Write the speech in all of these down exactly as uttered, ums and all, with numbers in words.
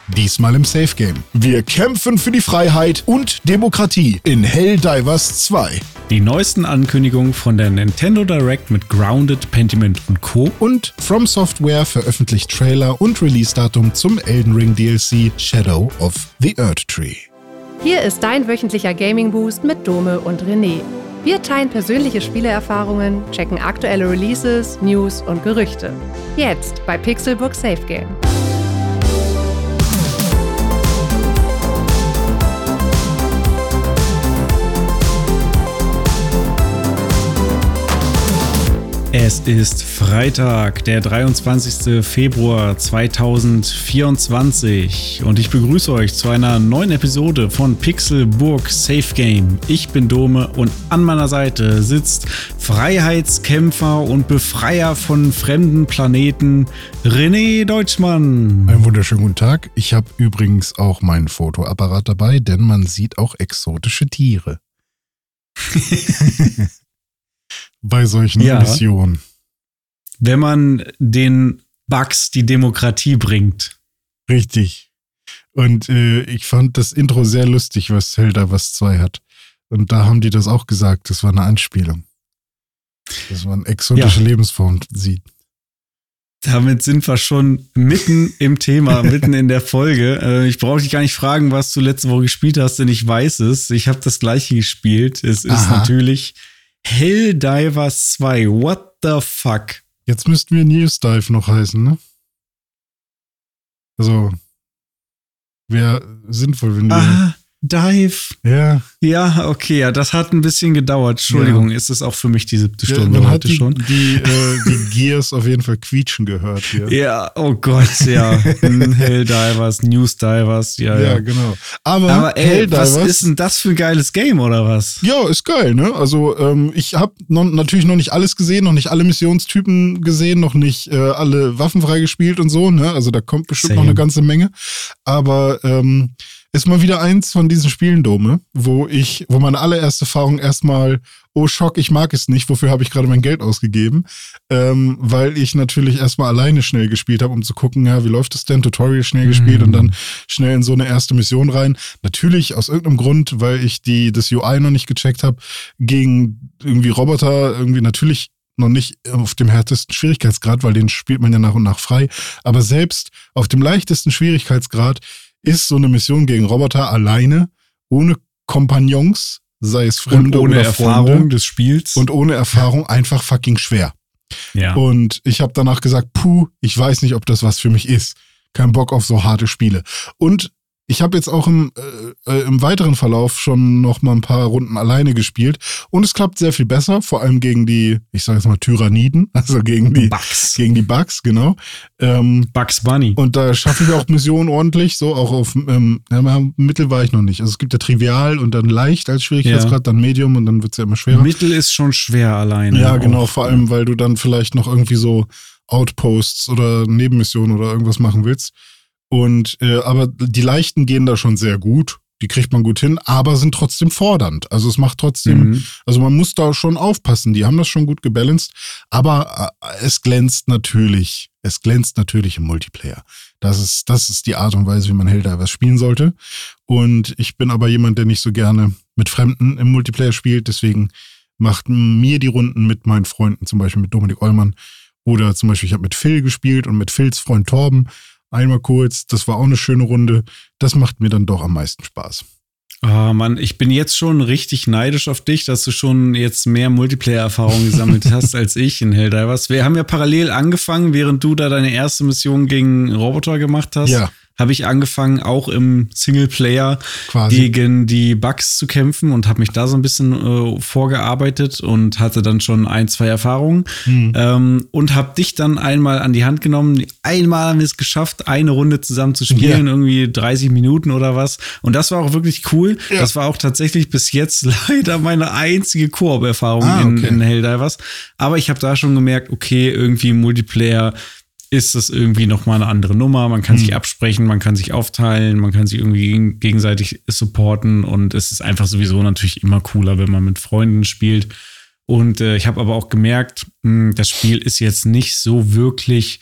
Diesmal im Safe Game. Wir kämpfen für die Freiheit und Demokratie in Helldivers zwei. Die neuesten Ankündigungen von der Nintendo Direct mit Grounded, Pentiment und Co. Und From Software veröffentlicht Trailer und Release-Datum zum Elden Ring D L C Shadow of the Erdtree. Hier ist dein wöchentlicher Gaming-Boost mit Dome und René. Wir teilen persönliche Spielerfahrungen, checken aktuelle Releases, News und Gerüchte. Jetzt bei Pixelburg Safe Game. Es ist Freitag, der dreiundzwanzigster Februar zweitausendvierundzwanzig und ich begrüße euch zu einer neuen Episode von Pixelburg Safe Game. Ich bin Dome und an meiner Seite sitzt Freiheitskämpfer und Befreier von fremden Planeten René Deutschmann. Einen wunderschönen guten Tag. Ich habe übrigens auch meinen Fotoapparat dabei, denn man sieht auch exotische Tiere. Bei solchen ja, Missionen. Wenn man den Bugs die Demokratie bringt. Richtig. Und äh, ich fand das Intro sehr lustig, was Helldivers zwei hat. Und da haben die das auch gesagt. Das war eine Anspielung. Dass man exotische ja. Lebensformen sieht. Damit sind wir schon mitten im Thema, mitten in der Folge. Äh, ich brauche dich gar nicht fragen, was du letzte Woche gespielt hast, denn ich weiß es. Ich habe das gleiche gespielt. Es ist Aha. natürlich Helldivers zwei, what the fuck? Jetzt müssten wir Newsdive noch heißen, ne? Also, wäre sinnvoll, wenn wir... Ah, Dive. Ja. Ja, okay, ja, das hat ein bisschen gedauert. Entschuldigung, ja. Ist es auch für mich die siebte ja, Stunde man heute hat die, schon. Die, äh, die Gears auf jeden Fall quietschen gehört hier. Ja, oh Gott, ja. Helldivers, Newsdivers, ja, ja. Ja, genau. Aber, Aber ey, was ist denn das für ein geiles Game, oder was? Ja, ist geil, ne? Also, ähm, ich habe natürlich noch nicht alles gesehen, noch nicht alle Missionstypen gesehen, noch nicht äh, alle Waffen freigespielt und so, ne? Also, da kommt bestimmt Same. noch eine ganze Menge. Aber, ähm, ist mal wieder eins von diesen Spielen, Dome, wo ich, wo meine allererste Erfahrung erstmal, oh Schock, ich mag es nicht, wofür habe ich gerade mein Geld ausgegeben? Ähm, weil ich natürlich erstmal alleine schnell gespielt habe, um zu gucken, ja, wie läuft das denn? Tutorial schnell gespielt mm. und dann schnell in so eine erste Mission rein. Natürlich aus irgendeinem Grund, weil ich die das U I noch nicht gecheckt habe, gegen irgendwie Roboter irgendwie natürlich noch nicht auf dem härtesten Schwierigkeitsgrad, weil den spielt man ja nach und nach frei. Aber selbst auf dem leichtesten Schwierigkeitsgrad ist so eine Mission gegen Roboter alleine, ohne Kompagnons, sei es Fremde und ohne oder Erfahrung Freunde, des Spiels. Und ohne Erfahrung einfach fucking schwer. Ja. Und ich habe danach gesagt, puh, ich weiß nicht, ob das was für mich ist. Kein Bock auf so harte Spiele. Und ich habe jetzt auch im, äh, im weiteren Verlauf schon noch mal ein paar Runden alleine gespielt und es klappt sehr viel besser, vor allem gegen die, ich sage jetzt mal Tyranniden, also gegen die Bugs, gegen die Bugs, genau. Ähm, Bugs Bunny. Und da schaffe ich auch Missionen ordentlich, so auch auf ähm, ja, Mittel war ich noch nicht. Also es gibt ja Trivial und dann leicht als Schwierigkeitsgrad, ja. dann Medium und dann wird's ja immer schwerer. Mittel ist schon schwer alleine. Ja, genau, vor allem, weil du dann vielleicht noch irgendwie so Outposts oder Nebenmissionen oder irgendwas machen willst. Und äh, aber die leichten gehen da schon sehr gut, die kriegt man gut hin, aber sind trotzdem fordernd. Also es macht trotzdem, mhm. also man muss da schon aufpassen, die haben das schon gut gebalanced, aber äh, es glänzt natürlich, es glänzt natürlich im Multiplayer. Das ist, das ist die Art und Weise, wie man Helldivers spielen sollte. Und ich bin aber jemand, der nicht so gerne mit Fremden im Multiplayer spielt, deswegen macht mir die Runden mit meinen Freunden, zum Beispiel mit Dominik Eulmann oder zum Beispiel ich habe mit Phil gespielt und mit Phils Freund Torben. Einmal kurz, das war auch eine schöne Runde. Das macht mir dann doch am meisten Spaß. Ah, Mann, ich bin jetzt schon richtig neidisch auf dich, dass du schon jetzt mehr Multiplayer-Erfahrung gesammelt hast als ich in Helldivers. Wir haben ja parallel angefangen, während du da deine erste Mission gegen Roboter gemacht hast. Ja. Habe ich angefangen, auch im Singleplayer Quasi. gegen die Bugs zu kämpfen und habe mich da so ein bisschen äh, vorgearbeitet und hatte dann schon ein, zwei Erfahrungen hm. ähm, und habe dich dann einmal an die Hand genommen. Einmal haben wir es geschafft, eine Runde zusammen zu spielen, ja. irgendwie dreißig Minuten oder was. Und das war auch wirklich cool. Ja. Das war auch tatsächlich bis jetzt leider meine einzige Koop-Erfahrung ah, okay. in, in Helldivers. Aber ich habe da schon gemerkt, okay, irgendwie Multiplayer ist das irgendwie nochmal eine andere Nummer. Man kann hm. sich absprechen, man kann sich aufteilen, man kann sich irgendwie gegenseitig supporten und es ist einfach sowieso natürlich immer cooler, wenn man mit Freunden spielt. Und äh, ich habe aber auch gemerkt, mh, das Spiel ist jetzt nicht so wirklich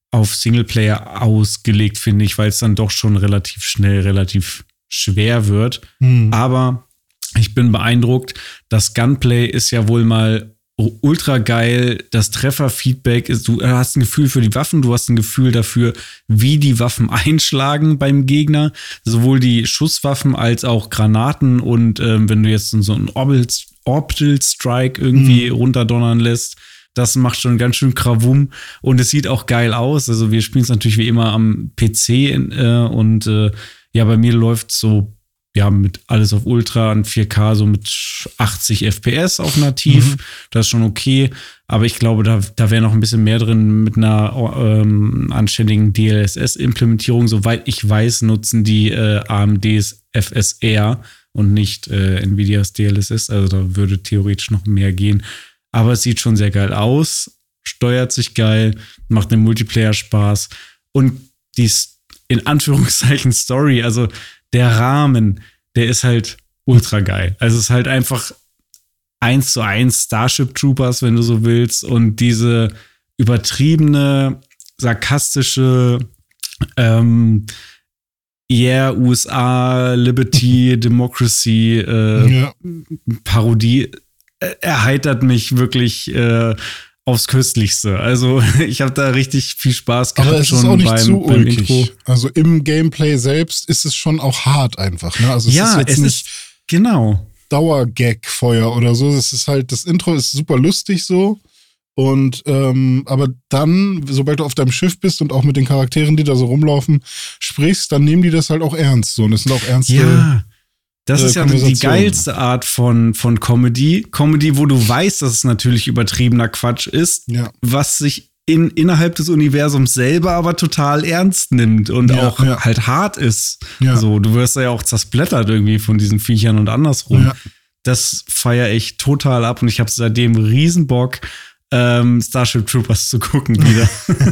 auf Singleplayer ausgelegt, finde ich, weil es dann doch schon relativ schnell, relativ schwer wird. Hm. Aber ich bin beeindruckt. Das Gunplay ist ja wohl mal ultra geil. Das Trefferfeedback ist, du hast ein Gefühl für die Waffen, du hast ein Gefühl dafür, wie die Waffen einschlagen beim Gegner. Sowohl die Schusswaffen als auch Granaten. Und ähm, wenn du jetzt so einen Orbital Strike irgendwie hm. runterdonnern lässt, das macht schon ganz schön Krawum und es sieht auch geil aus. Also wir spielen es natürlich wie immer am P C äh, und äh, ja, bei mir läuft so ja mit alles auf Ultra und vier K so mit achtzig F P S auf nativ. Mhm. Das ist schon okay, aber ich glaube, da, da wäre noch ein bisschen mehr drin mit einer ähm, anständigen D L S S-Implementierung. Soweit ich weiß, nutzen die äh, A M Ds F S R und nicht äh, Nvidias D L S S. Also da würde theoretisch noch mehr gehen. Aber es sieht schon sehr geil aus, steuert sich geil, macht den Multiplayer Spaß. Und die in Anführungszeichen Story, also der Rahmen, der ist halt ultra geil. Also es ist halt einfach eins zu eins Starship Troopers, wenn du so willst. Und diese übertriebene, sarkastische ähm, Yeah, U S A, Liberty, Democracy, äh, ja. Parodie erheitert mich wirklich äh, aufs Köstlichste. Also ich habe da richtig viel Spaß gehabt. Aber es schon ist auch nicht beim, zu beim ulkig. Intro. Also im Gameplay selbst ist es schon auch hart einfach. Ne? Also es ja, ist jetzt es nicht ist genau Dauergag-Feuer oder so. Es ist halt, das Intro ist super lustig so. Und ähm, aber dann, sobald du auf deinem Schiff bist und auch mit den Charakteren, die da so rumlaufen, sprichst, dann nehmen die das halt auch ernst. So. Und es sind auch ernste. Ja. Das äh, ist ja die geilste Art von, von Comedy. Comedy, wo du weißt, dass es natürlich übertriebener Quatsch ist, ja. was sich in, innerhalb des Universums selber aber total ernst nimmt und ja, auch ja. halt hart ist. Ja. So, du wirst ja auch zersplittert irgendwie von diesen Viechern und andersrum. Ja. Das feiere ich total ab und ich habe seitdem riesen Bock, ähm, Starship Troopers zu gucken wieder.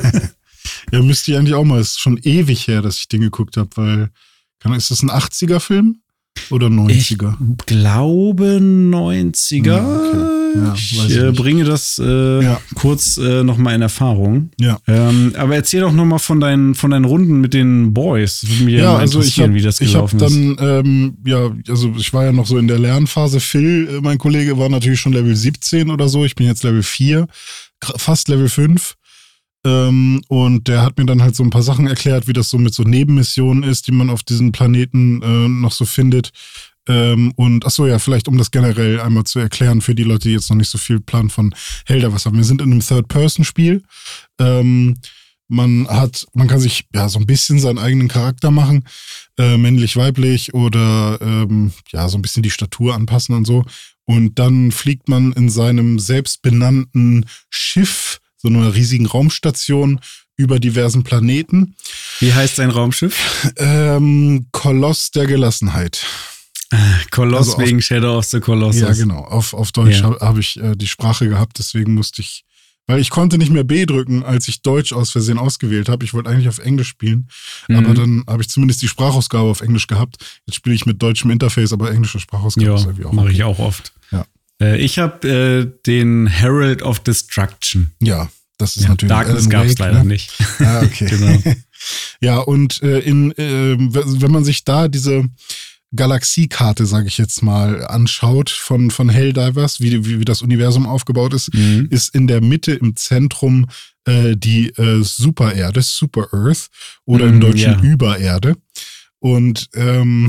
Ja, müsste ich eigentlich auch mal. Es ist schon ewig her, dass ich den geguckt habe, weil, ist das ein achtziger-Film? Oder neunziger? Ich glaube neunziger. Ja, okay. ja, ich äh, bringe das äh, ja. kurz äh, nochmal in Erfahrung. Ja. Ähm, aber erzähl doch nochmal von deinen, von deinen Runden mit den Boys. Das würde mich ja, ja also interessieren, hab, wie das gelaufen ich hab dann, ist. Ähm, ja, also ich war ja noch so in der Lernphase. Phil, mein Kollege, war natürlich schon Level siebzehn oder so. Ich bin jetzt Level vier, fast Level fünf. Ähm, und der hat mir dann halt so ein paar Sachen erklärt, wie das so mit so Nebenmissionen ist, die man auf diesem Planeten äh, noch so findet. Ähm, und achso, ja, vielleicht um das generell einmal zu erklären für die Leute, die jetzt noch nicht so viel Plan von Helldivers haben. Wir sind in einem Third-Person-Spiel. Ähm, man hat, man kann sich ja so ein bisschen seinen eigenen Charakter machen, äh, männlich, weiblich oder ähm, ja, so ein bisschen die Statur anpassen und so. Und dann fliegt man in seinem selbstbenannten Schiff, so einer riesigen Raumstation über diversen Planeten. Wie heißt dein Raumschiff? Ähm, Koloss der Gelassenheit. Koloss also wegen auf, Shadow of the Colossus. Ja, genau. Auf, auf Deutsch ja. habe hab ich äh, die Sprache gehabt, deswegen musste ich, weil ich konnte nicht mehr B drücken, als ich Deutsch aus Versehen ausgewählt habe. Ich wollte eigentlich auf Englisch spielen, mhm. aber dann habe ich zumindest die Sprachausgabe auf Englisch gehabt. Jetzt spiele ich mit deutschem Interface, aber englische Sprachausgabe ja, ist irgendwie auch mache ich auch oft. Ja. Äh, ich habe äh, den Herald of Destruction. Ja, das ist ja, natürlich Darkness gab es leider ne? nicht. Ah, okay. Genau. Ja, und äh, in, äh, wenn man sich da diese Galaxiekarte, sage ich jetzt mal, anschaut von, von Helldivers, wie, wie, wie das Universum aufgebaut ist, mhm. ist in der Mitte im Zentrum äh, die äh, Supererde, Super Earth oder mhm, im Deutschen ja. Übererde. Und ähm,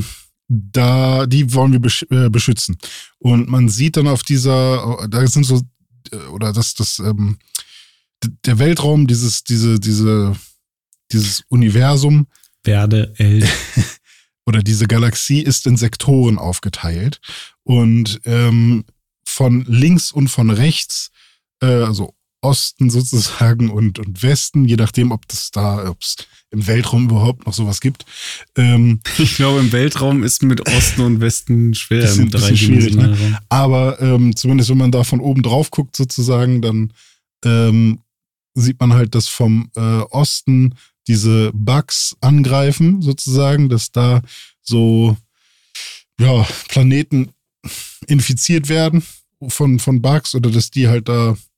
da, die wollen wir besch- äh, beschützen. Und man sieht dann auf dieser, da sind so, oder das, das, ähm, der Weltraum, dieses, diese, diese, dieses Universum. Werde El. Oder diese Galaxie ist in Sektoren aufgeteilt. Und ähm, von links und von rechts, äh, also Osten sozusagen und, und Westen, je nachdem, ob das da, ob es im Weltraum überhaupt noch sowas gibt. Ähm, ich glaube, im Weltraum ist mit Osten und Westen schwer. Bisschen, im bisschen schwierig, ne? Aber ähm, zumindest, wenn man da von oben drauf guckt sozusagen, dann ähm, sieht man halt, dass vom äh, Osten diese Bugs angreifen sozusagen, dass da so ja, Planeten infiziert werden von, von Bugs oder dass die halt da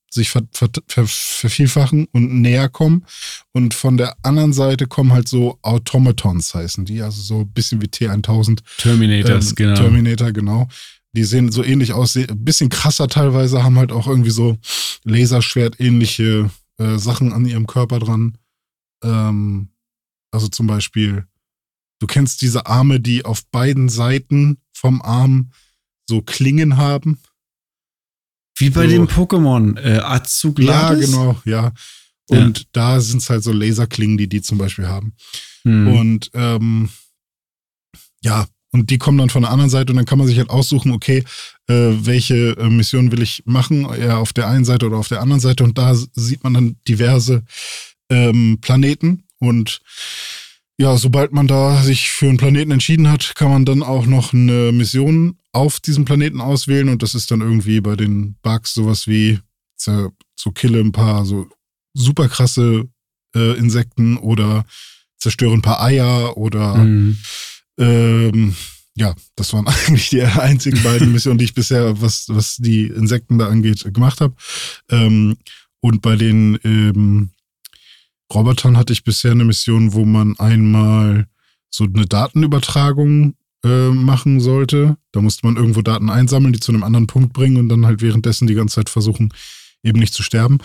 sich ver, ver, ver, vervielfachen und näher kommen. Und von der anderen Seite kommen halt so Automatons heißen die, also so ein bisschen wie T tausend. Terminators, ähm, genau. Terminator, genau. Die sehen so ähnlich aus, ein bisschen krasser teilweise, haben halt auch irgendwie so Laserschwert-ähnliche äh, Sachen an ihrem Körper dran. Ähm, also zum Beispiel, du kennst diese Arme, die auf beiden Seiten vom Arm so Klingen haben. Wie bei so, dem Pokémon äh, Azugladis? Ja, genau, ja. Und ja. da sind es halt so Laserklingen, die die zum Beispiel haben. Hm. Und ähm, ja, und die kommen dann von der anderen Seite und dann kann man sich halt aussuchen, okay, äh, welche äh, Mission will ich machen, eher auf der einen Seite oder auf der anderen Seite. Und da sieht man dann diverse ähm, Planeten. Und ja, sobald man da sich für einen Planeten entschieden hat, kann man dann auch noch eine Mission auf diesem Planeten auswählen. Und das ist dann irgendwie bei den Bugs sowas wie so kille ein paar so super krasse äh, Insekten oder zerstöre ein paar Eier oder mhm. Ähm, ja, das waren eigentlich die einzigen beiden Missionen, die ich bisher, was, was die Insekten da angeht, gemacht habe. Ähm, und bei den ähm, Robotern hatte ich bisher eine Mission, wo man einmal so eine Datenübertragung äh, machen sollte. Da musste man irgendwo Daten einsammeln, die zu einem anderen Punkt bringen und dann halt währenddessen die ganze Zeit versuchen, eben nicht zu sterben.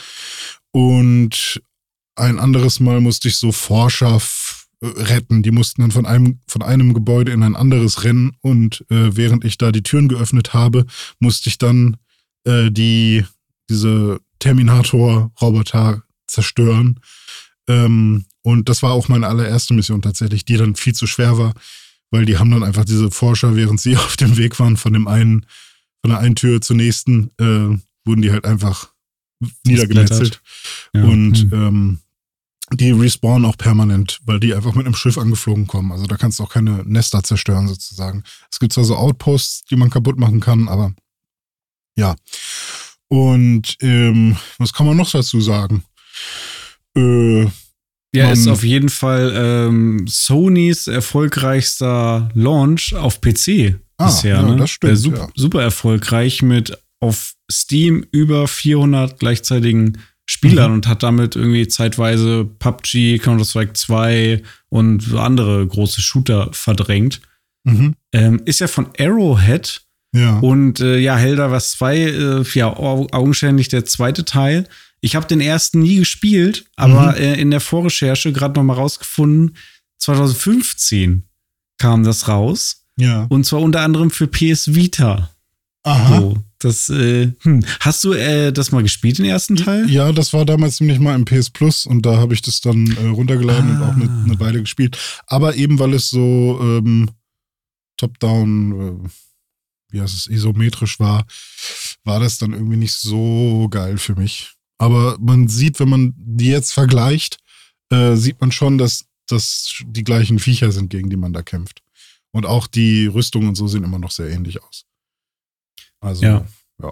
Und ein anderes Mal musste ich so Forscher retten. Die mussten dann von einem, von einem Gebäude in ein anderes rennen und äh, während ich da die Türen geöffnet habe, musste ich dann äh, die, diese Terminator-Roboter zerstören. Ähm, und das war auch meine allererste Mission tatsächlich, die dann viel zu schwer war, weil die haben dann einfach diese Forscher, während sie auf dem Weg waren von dem einen, von der einen Tür zur nächsten, äh, wurden die halt einfach niedergemetzelt. Ja. Und mhm. ähm, die respawnen auch permanent, weil die einfach mit einem Schiff angeflogen kommen. Also da kannst du auch keine Nester zerstören sozusagen. Es gibt zwar so Outposts, die man kaputt machen kann, aber ja. Und ähm, was kann man noch dazu sagen? Äh, ja, ist auf jeden Fall ähm, Sonys erfolgreichster Launch auf P C ah, bisher. Ja, ne? das stimmt. Äh, super, ja. super erfolgreich mit auf Steam über vierhundert gleichzeitigen Spielern mhm. und hat damit irgendwie zeitweise P U B G, Counter-Strike zwei und andere große Shooter verdrängt. Mhm. Ähm, ist ja von Arrowhead. Ja. Und äh, ja, Helldivers zwei, äh, ja, augenscheinlich der zweite Teil. Ich habe den ersten nie gespielt, aber mhm. äh, in der Vorrecherche gerade noch mal rausgefunden, zwanzig fünfzehn kam das raus. Ja. Und zwar unter anderem für P S Vita. Aha. So, das, äh, hm. Hast du äh, das mal gespielt, den ersten Teil? Ja, das war damals nämlich mal im P S Plus und da habe ich das dann äh, runtergeladen ah. und auch eine, eine Weile gespielt. Aber eben, weil es so ähm, top-down, äh, wie heißt es, isometrisch war, war das dann irgendwie nicht so geil für mich. Aber man sieht, wenn man die jetzt vergleicht, äh, sieht man schon, dass das die gleichen Viecher sind, gegen die man da kämpft. Und auch die Rüstungen und so sehen immer noch sehr ähnlich aus. Also, ja. ja.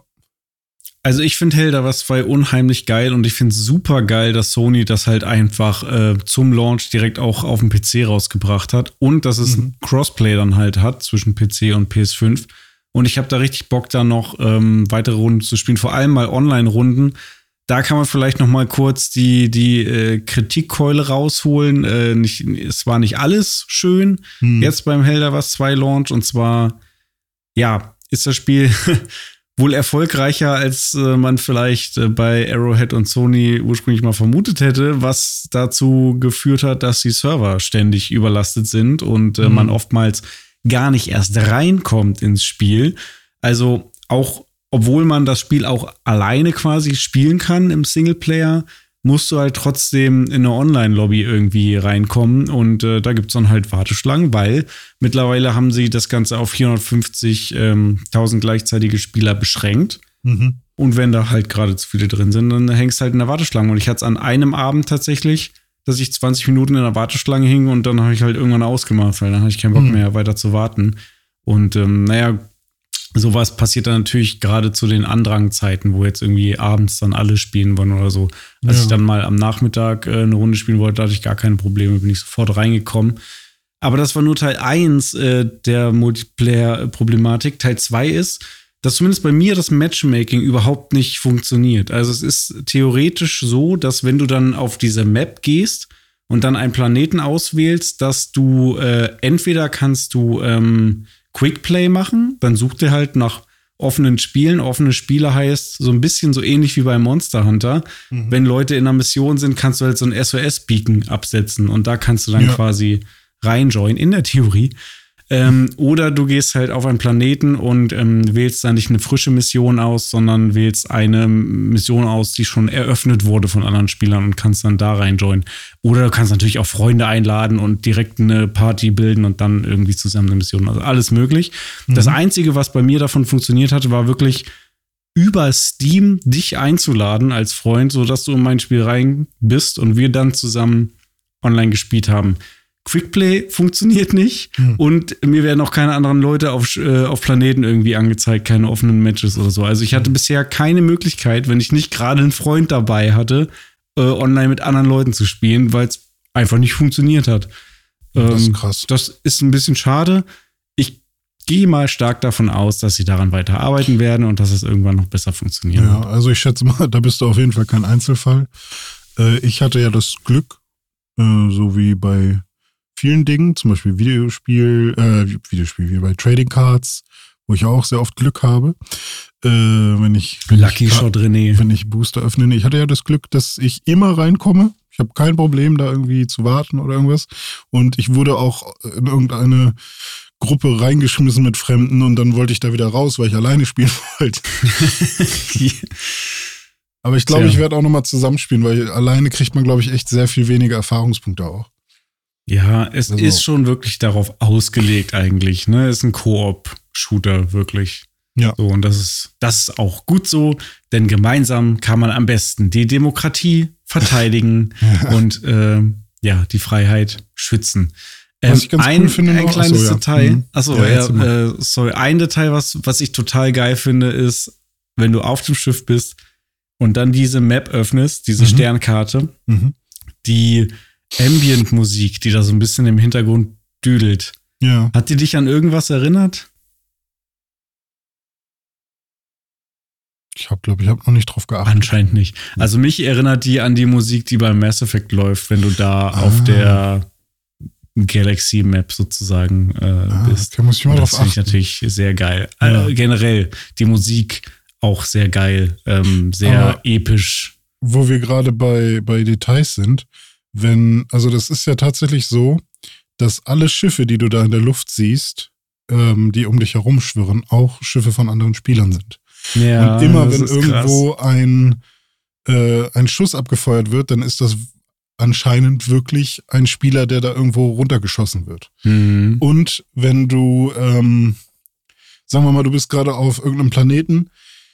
Also ich finde Helldivers zwei unheimlich geil und ich finde es super geil, dass Sony das halt einfach äh, zum Launch direkt auch auf dem P C rausgebracht hat und dass es mhm. ein Crossplay dann halt hat zwischen P C und P S fünf. Und ich habe da richtig Bock, da noch ähm, weitere Runden zu spielen, vor allem mal Online-Runden. Da kann man vielleicht noch mal kurz die, die äh, Kritikkeule rausholen. Äh, nicht, es war nicht alles schön mhm. jetzt beim Helldivers zwei Launch und zwar, ja, ist das Spiel wohl erfolgreicher, als äh, man vielleicht äh, bei Arrowhead und Sony ursprünglich mal vermutet hätte, was dazu geführt hat, dass die Server ständig überlastet sind und äh, mhm. man oftmals gar nicht erst reinkommt ins Spiel. Also auch, obwohl man das Spiel auch alleine quasi spielen kann im Singleplayer, musst du halt trotzdem in eine Online-Lobby irgendwie reinkommen und äh, da gibt's dann halt Warteschlangen, weil mittlerweile haben sie das Ganze auf vierhundertfünfzigtausend ähm, gleichzeitige Spieler beschränkt. Mhm. Und wenn da halt gerade zu viele drin sind, dann hängst du halt in der Warteschlange. Und ich hatte es an einem Abend tatsächlich, dass ich zwanzig Minuten in der Warteschlange hing und dann habe ich halt irgendwann ausgemacht, weil dann hatte ich keinen Bock mhm. mehr weiter zu warten. Und ähm, naja, sowas passiert dann natürlich gerade zu den Andrangzeiten, wo jetzt irgendwie abends dann alle spielen wollen oder so. Als ja. ich dann mal am Nachmittag äh, eine Runde spielen wollte, hatte ich gar keine Probleme, bin ich sofort reingekommen. Aber das war nur Teil eins äh, der Multiplayer-Problematik. Teil zwei ist, dass zumindest bei mir das Matchmaking überhaupt nicht funktioniert. Also es ist theoretisch so, dass wenn du dann auf diese Map gehst und dann einen Planeten auswählst, dass du äh, entweder kannst du ähm, Quickplay machen, dann such dir halt nach offenen Spielen. Offene Spiele heißt so ein bisschen so ähnlich wie bei Monster Hunter. Mhm. Wenn Leute in einer Mission sind, kannst du halt so ein S O S-Beacon absetzen und da kannst du dann ja. quasi reinjoinen, in der Theorie. Ähm, oder du gehst halt auf einen Planeten und ähm, wählst dann nicht eine frische Mission aus, sondern wählst eine Mission aus, die schon eröffnet wurde von anderen Spielern und kannst dann da reinjoinen. Oder du kannst natürlich auch Freunde einladen und direkt eine Party bilden und dann irgendwie zusammen eine Mission. Also alles möglich. Mhm. Das Einzige, was bei mir davon funktioniert hatte, war wirklich über Steam dich einzuladen als Freund, sodass du in mein Spiel rein bist und wir dann zusammen online gespielt haben. Quickplay funktioniert nicht hm. und mir werden auch keine anderen Leute auf, äh, auf Planeten irgendwie angezeigt, keine offenen Matches oder so. Also ich hatte hm. bisher keine Möglichkeit, wenn ich nicht gerade einen Freund dabei hatte, äh, online mit anderen Leuten zu spielen, weil es einfach nicht funktioniert hat. Ähm, das ist krass. Das ist ein bisschen schade. Ich gehe mal stark davon aus, dass sie daran weiter arbeiten werden und dass es irgendwann noch besser funktionieren ja, wird. Also ich schätze mal, da bist du auf jeden Fall kein Einzelfall. Äh, ich hatte ja das Glück, äh, so wie bei vielen Dingen, zum Beispiel Videospiel, äh, Videospiel wie bei Trading Cards, wo ich auch sehr oft Glück habe. Äh, wenn ich, wenn Lucky ich, Shot René. Wenn ich Booster öffne. Ich hatte ja das Glück, dass ich immer reinkomme. Ich habe kein Problem, da irgendwie zu warten oder irgendwas. Und ich wurde auch in irgendeine Gruppe reingeschmissen mit Fremden und dann wollte ich da wieder raus, weil ich alleine spielen wollte. Aber ich glaube, ich werde auch nochmal zusammenspielen, weil alleine kriegt man, glaube ich, echt sehr viel weniger Erfahrungspunkte auch. Ja, es also. ist schon wirklich darauf ausgelegt eigentlich, ne? Es ist ein Koop-Shooter, wirklich. Ja. So, und das ist, das ist auch gut so, denn gemeinsam kann man am besten die Demokratie verteidigen ja. und äh, ja, die Freiheit schützen. Ähm, was ich ganz ein, cool finde ein noch, kleines achso, ja. Detail, mhm. achso, ja, ja äh, sorry, ein Detail, was, was ich total geil finde, ist, wenn du auf dem Schiff bist und dann diese Map öffnest, diese mhm. Sternkarte, mhm. die Ambient-Musik, die da so ein bisschen im Hintergrund düdelt. Ja. Hat die dich an irgendwas erinnert? Ich habe, glaube ich, habe noch nicht drauf geachtet. Anscheinend nicht. Also mich erinnert die an die Musik, die beim Mass Effect läuft, wenn du da ah. auf der Galaxy Map sozusagen äh, ah, bist. Okay, muss ich mal drauf achten. Das finde ich natürlich sehr geil. Ja. Äh, generell die Musik auch sehr geil, ähm, sehr Aber episch. Wo wir gerade bei, bei Details sind, wenn, also das ist ja tatsächlich so, dass alle Schiffe, die du da in der Luft siehst, ähm, die um dich herum schwirren, auch Schiffe von anderen Spielern sind. Ja, und immer wenn irgendwo ein, äh, ein Schuss abgefeuert wird, dann ist das anscheinend wirklich ein Spieler, der da irgendwo runtergeschossen wird. Mhm. Und wenn du, ähm, sagen wir mal, du bist gerade auf irgendeinem Planeten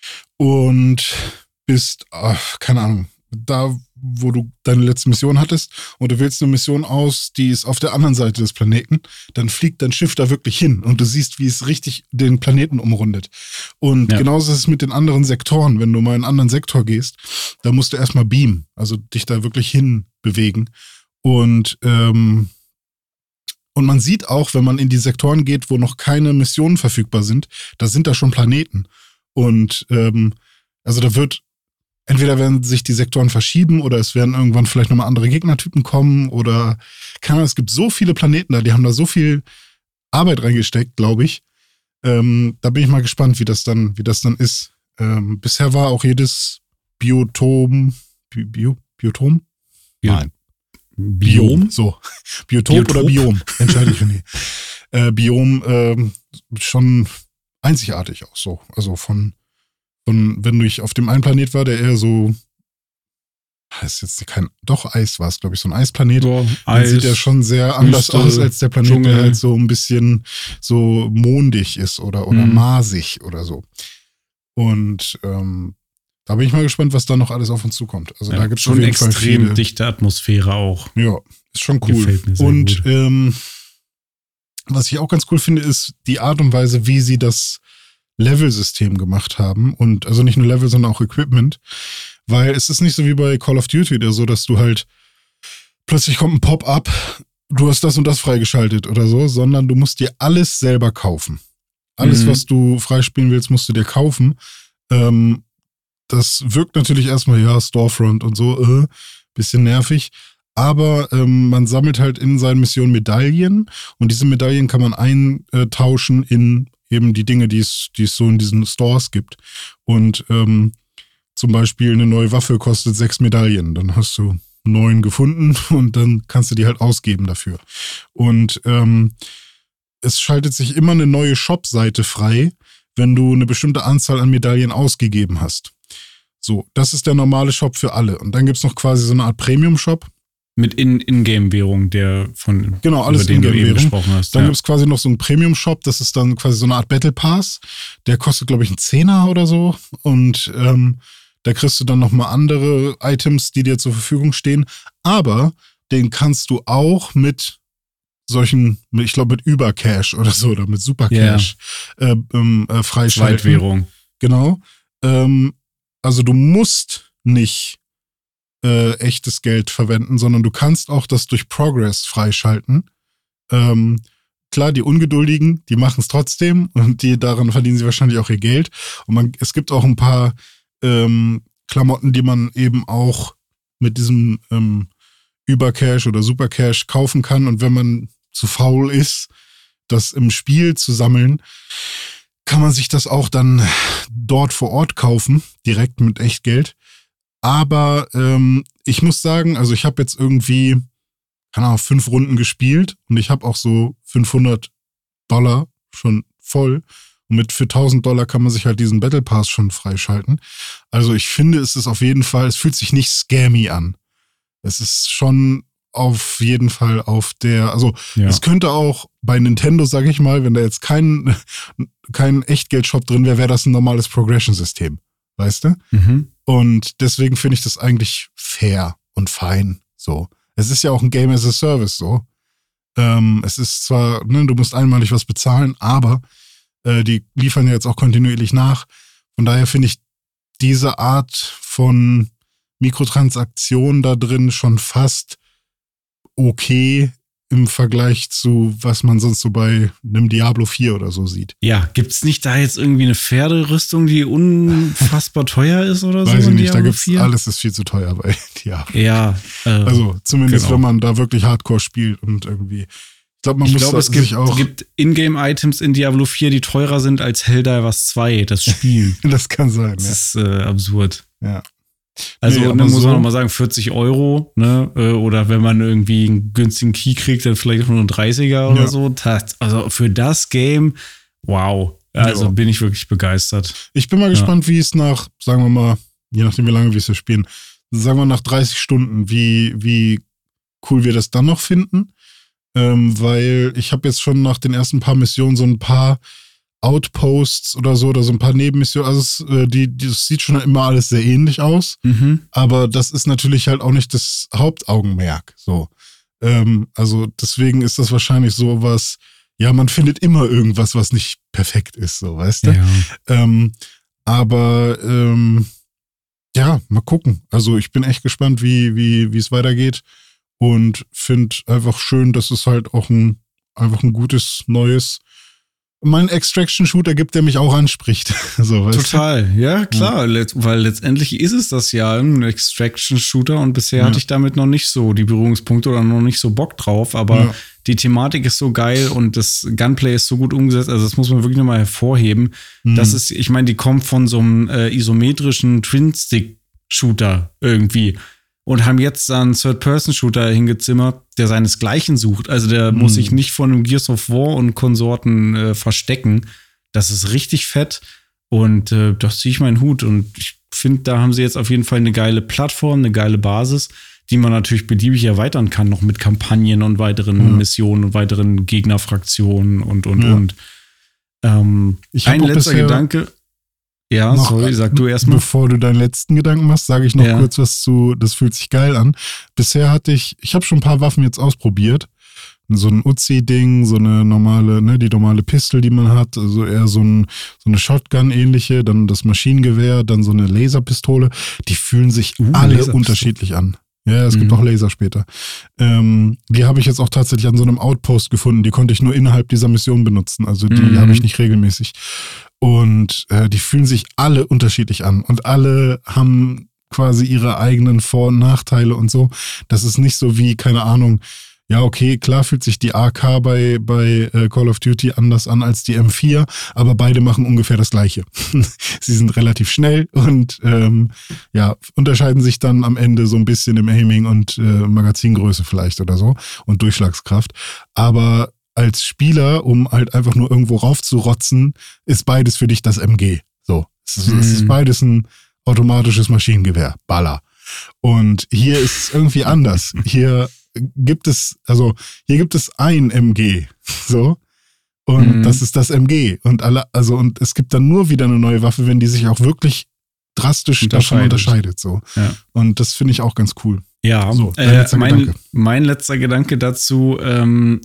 und bist, ach, keine Ahnung, da, wo du deine letzte Mission hattest und du wählst eine Mission aus, die ist auf der anderen Seite des Planeten, dann fliegt dein Schiff da wirklich hin und du siehst, wie es richtig den Planeten umrundet. Und ja. genauso ist es mit den anderen Sektoren. Wenn du mal in einen anderen Sektor gehst, da musst du erstmal beamen, also dich da wirklich hin bewegen. Und, ähm, und man sieht auch, wenn man in die Sektoren geht, wo noch keine Missionen verfügbar sind, da sind da schon Planeten. Und ähm, also da wird entweder werden sich die Sektoren verschieben oder es werden irgendwann vielleicht nochmal andere Gegnertypen kommen oder keine Ahnung, es gibt so viele Planeten da, die haben da so viel Arbeit reingesteckt, glaube ich. Ähm, da bin ich mal gespannt, wie das dann, wie das dann ist. Ähm, bisher war auch jedes Biotom, Bi- Bio, Biotom? Bio- Nein. Biom? Biom, so. Biotop, Biotop oder Biom, entscheide ich nicht. Äh, Biom ähm, schon einzigartig auch so. Also von Und wenn ich auf dem einen Planet war, der eher so, ist jetzt kein, doch Eis war es, glaube ich, so ein Eisplanet, ja, dann Eis, sieht der schon sehr anders Wüste, aus als der Planet, Dschungel. Der halt so ein bisschen so mondig ist oder, oder mhm. marsig oder so. Und ähm, da bin ich mal gespannt, was da noch alles auf uns zukommt. Also ja, da gibt es schon auf jeden extrem Fall viele. Dichte Atmosphäre auch. Ja, ist schon cool. Gefällt mir sehr und gut. Ähm, was ich auch ganz cool finde, ist die Art und Weise, wie sie das Level-System gemacht haben und also nicht nur Level, sondern auch Equipment, weil es ist nicht so wie bei Call of Duty oder so, dass du halt plötzlich kommt ein Pop-up, du hast das und das freigeschaltet oder so, sondern du musst dir alles selber kaufen. Alles, Mhm. was du freispielen willst, musst du dir kaufen. Ähm, das wirkt natürlich erstmal, ja, Storefront und so, äh, bisschen nervig. Aber ähm, man sammelt halt in seinen Missionen Medaillen und diese Medaillen kann man eintauschen in eben die Dinge, die es, die es so in diesen Stores gibt. Und ähm, zum Beispiel eine neue Waffe kostet sechs Medaillen. Dann hast du neun gefunden und dann kannst du die halt ausgeben dafür. Und ähm, es schaltet sich immer eine neue Shop-Seite frei, wenn du eine bestimmte Anzahl an Medaillen ausgegeben hast. So, das ist der normale Shop für alle. Und dann gibt es noch quasi so eine Art Premium-Shop. Mit in- In-Game-Währung, der von Genau, alles über den du eben In-Game-Währung. gesprochen hast. Dann ja. gibt es quasi noch so einen Premium-Shop, das ist dann quasi so eine Art Battle Pass. Der kostet, glaube ich, einen Zehner oder so. Und ähm, da kriegst du dann nochmal andere Items, die dir zur Verfügung stehen. Aber den kannst du auch mit solchen, ich glaube mit Übercash oder so, oder mit Supercash yeah. äh, ähm, äh, freischalten. Zweitwährung. Genau. Ähm, also du musst nicht äh, echtes Geld verwenden, sondern du kannst auch das durch Progress freischalten. Ähm, klar, die Ungeduldigen, die machen es trotzdem und die daran verdienen sie wahrscheinlich auch ihr Geld. Und man, es gibt auch ein paar ähm, Klamotten, die man eben auch mit diesem ähm, Übercash oder Supercash kaufen kann. Und wenn man zu faul ist, das im Spiel zu sammeln, kann man sich das auch dann dort vor Ort kaufen, direkt mit Echtgeld. Aber ähm, ich muss sagen, also ich habe jetzt irgendwie, keine Ahnung, fünf Runden gespielt und ich habe auch so fünfhundert Dollar schon voll. Und mit für tausend Dollar kann man sich halt diesen Battle Pass schon freischalten. Also ich finde, es ist auf jeden Fall, es fühlt sich nicht scammy an. Es ist schon auf jeden Fall auf der, also ja. Es könnte auch bei Nintendo, sag ich mal, wenn da jetzt kein, kein Echtgeldshop drin wäre, wäre das ein normales Progression-System. Weißt du? Mhm. Und deswegen finde ich das eigentlich fair und fein. So. Es ist ja auch ein Game as a Service so. Ähm, es ist zwar, ne, du musst einmalig was bezahlen, aber äh, die liefern ja jetzt auch kontinuierlich nach. Von daher finde ich diese Art von Mikrotransaktion da drin schon fast okay im Vergleich zu, was man sonst so bei einem Diablo vier oder so sieht. Ja, gibt's nicht da jetzt irgendwie eine Pferderüstung, die unfassbar teuer ist oder so? Weiß ich nicht, Diablo da gibt's vier? alles ist viel zu teuer bei Diablo. Ja. Äh, also zumindest, genau. wenn man da wirklich Hardcore spielt und irgendwie, ich glaube, man ich muss glaub, da es sich gibt, auch... Es gibt Ingame-Items in Diablo vier, die teurer sind als Helldivers zwei, das Spiel. Das kann sein, das ja. ist äh, absurd. Ja. Also nee, ne, muss so man nochmal sagen, vierzig Euro, ne? Oder wenn man irgendwie einen günstigen Key kriegt, dann vielleicht nur einen dreißiger oder ja. so. Das, also für das Game, wow. Also ja. bin ich wirklich begeistert. Ich bin mal ja. gespannt, wie es nach, sagen wir mal, je nachdem wie lange wir es hier spielen, sagen wir nach dreißig Stunden, wie, wie cool wir das dann noch finden. Ähm, weil ich habe jetzt schon nach den ersten paar Missionen so ein paar Outposts oder so, oder so ein paar Nebenmissionen, also es, äh, die, die, das sieht schon immer alles sehr ähnlich aus, mhm. aber das ist natürlich halt auch nicht das Hauptaugenmerk, so. Ähm, also deswegen ist das wahrscheinlich so was, ja, man findet immer irgendwas, was nicht perfekt ist, so, weißt du? Ja. Ähm, aber, ähm, ja, mal gucken. Also ich bin echt gespannt, wie, wie, wie es weitergeht und finde einfach schön, dass es halt auch ein, einfach ein gutes, neues mein Extraction-Shooter gibt, der mich auch anspricht. So, weißt Total, du? ja klar, ja. weil letztendlich ist es das ja ein Extraction-Shooter und bisher ja. hatte ich damit noch nicht so die Berührungspunkte oder noch nicht so Bock drauf, aber ja. die Thematik ist so geil und das Gunplay ist so gut umgesetzt, also das muss man wirklich nochmal hervorheben. Mhm. Das ist, ich meine, die kommt von so einem äh, isometrischen Twin-Stick-Shooter irgendwie und haben jetzt einen Third-Person-Shooter hingezimmert, der seinesgleichen sucht. Also der mhm. muss sich nicht von einem Gears of War und Konsorten äh, verstecken. Das ist richtig fett und äh, das ziehe ich meinen Hut. Und ich finde, da haben sie jetzt auf jeden Fall eine geile Plattform, eine geile Basis, die man natürlich beliebig erweitern kann, noch mit Kampagnen und weiteren mhm. Missionen und weiteren Gegnerfraktionen und, und, ja. und. Ähm, ich ein letzter Gedanke. Ja, noch, sorry, sag du erstmal. Bevor du deinen letzten Gedanken machst, sage ich noch ja. kurz was zu, das fühlt sich geil an. Bisher hatte ich, ich habe schon ein paar Waffen jetzt ausprobiert. So ein Uzi-Ding, so eine normale, ne, die normale Pistol, die man hat, also eher so, ein, so eine Shotgun-ähnliche, dann das Maschinengewehr, dann so eine Laserpistole. Die fühlen sich uh, alle unterschiedlich an. Ja, es mhm. gibt auch Laser später. Ähm, die habe ich jetzt auch tatsächlich an so einem Outpost gefunden. Die konnte ich nur innerhalb dieser Mission benutzen. Also die mhm. habe ich nicht regelmäßig. Und äh, die fühlen sich alle unterschiedlich an. Und alle haben quasi ihre eigenen Vor- und Nachteile und so. Das ist nicht so wie, keine Ahnung, ja, okay, klar fühlt sich die A K bei, bei äh, Call of Duty anders an als die M vier, aber beide machen ungefähr das Gleiche. Sie sind relativ schnell und ähm, ja, unterscheiden sich dann am Ende so ein bisschen im Aiming und äh, Magazingröße vielleicht oder so und Durchschlagskraft. Aber als Spieler, um halt einfach nur irgendwo raufzurotzen, ist beides für dich das M G. So, es ist, mhm. es ist beides ein automatisches Maschinengewehr, Baller. Und hier ist es irgendwie anders. Hier gibt es, also hier gibt es ein M G, so, und mhm. das ist das M G. Und alle, also, und es gibt dann nur wieder eine neue Waffe, wenn die sich auch wirklich drastisch unterscheidet. davon unterscheidet, so. Ja. Und das finde ich auch ganz cool. Ja, so, äh, mein, mein letzter Gedanke dazu, ähm,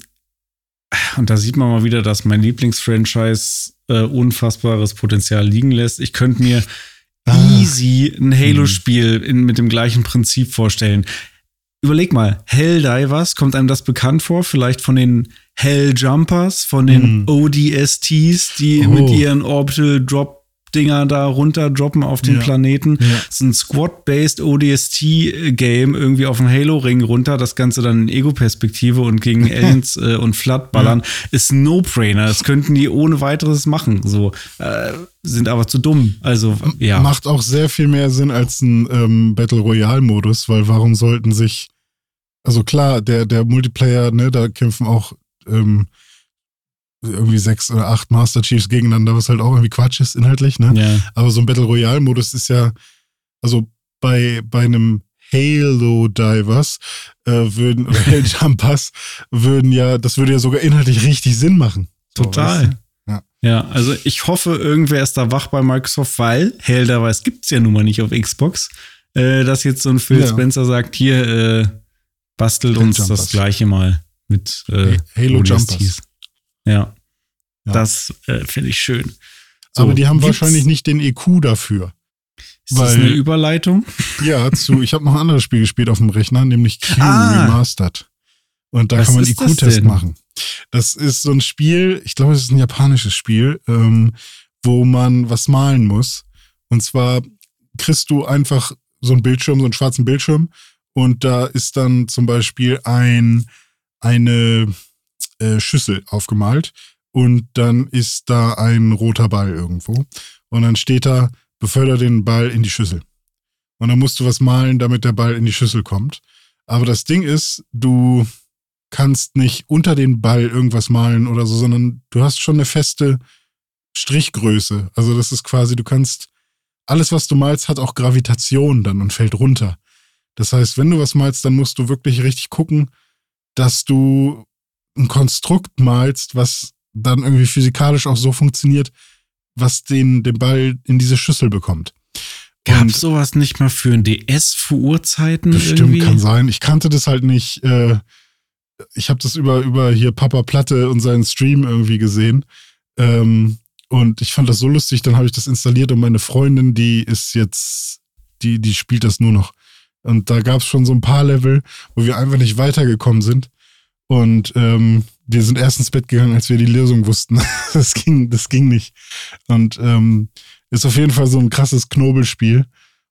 und da sieht man mal wieder, dass mein Lieblingsfranchise äh, unfassbares Potenzial liegen lässt. Ich könnte mir ah. easy ein Halo-Spiel in, mit dem gleichen Prinzip vorstellen. Überleg mal, Helldivers, kommt einem das bekannt vor? Vielleicht von den Helljumpers, von den mm. O D S Ts, die oh. mit ihren Orbital Drop Dinger da runter droppen auf den ja. Planeten. Ja. Das ist ein Squad-based O D S T-Game irgendwie auf dem Halo-Ring runter. Das Ganze dann in Ego-Perspektive und gegen Aliens äh, und Flood ballern. Ja. Ist ein No-Brainer. Das könnten die ohne weiteres machen. So, äh, sind aber zu dumm. Also, ja. Macht auch sehr viel mehr Sinn als ein ähm, Battle-Royale-Modus, weil warum sollten sich, also klar, der, der Multiplayer, ne, da kämpfen auch ähm, irgendwie sechs oder acht Master Chiefs gegeneinander, was halt auch irgendwie Quatsch ist inhaltlich, ne? Ja. Aber so ein Battle Royale Modus ist ja, also bei, bei einem Halo Divers äh, würden, oder Halo Jumpers würden ja, das würde ja sogar inhaltlich richtig Sinn machen. Total. So, ja. ja, also ich hoffe, irgendwer ist da wach bei Microsoft, weil Halo Divers gibt's ja nun mal nicht auf Xbox, äh, dass jetzt so ein Phil ja. Spencer sagt, hier, äh, bastelt Halo uns Jumpers. Das Gleiche mal mit äh, Halo O D S Ts. Jumpers. Ja, ja, das äh, finde ich schön. So, aber die haben wahrscheinlich nicht den E Q dafür. Ist weil, das eine Überleitung? Ja, zu, ich habe noch ein anderes Spiel gespielt auf dem Rechner, nämlich Q ah, Remastered. Und da kann man einen E Q-Test machen. Das ist so ein Spiel, ich glaube, es ist ein japanisches Spiel, ähm, wo man was malen muss. Und zwar kriegst du einfach so einen Bildschirm, so einen schwarzen Bildschirm, und da ist dann zum Beispiel ein, eine Schüssel aufgemalt und dann ist da ein roter Ball irgendwo und dann steht da, befördere den Ball in die Schüssel. Und dann musst du was malen, damit der Ball in die Schüssel kommt. Aber das Ding ist, du kannst nicht unter den Ball irgendwas malen oder so, sondern du hast schon eine feste Strichgröße. Also das ist quasi, du kannst, alles was du malst, hat auch Gravitation dann und fällt runter. Das heißt, wenn du was malst, dann musst du wirklich richtig gucken, dass du ein Konstrukt malst, was dann irgendwie physikalisch auch so funktioniert, was den, den Ball in diese Schüssel bekommt. Gab es sowas nicht mal für ein D S vor Urzeiten? Bestimmt, irgendwie? Kann sein. Ich kannte das halt nicht. Äh, ich habe das über, über hier Papa Platte und seinen Stream irgendwie gesehen. Ähm, und ich fand das so lustig, dann habe ich das installiert und meine Freundin, die ist jetzt, die, die spielt das nur noch. Und da gab es schon so ein paar Level, wo wir einfach nicht weitergekommen sind. Und ähm, wir sind erst ins Bett gegangen, als wir die Lösung wussten. Das ging, das ging nicht. Und ähm, ist auf jeden Fall so ein krasses Knobelspiel.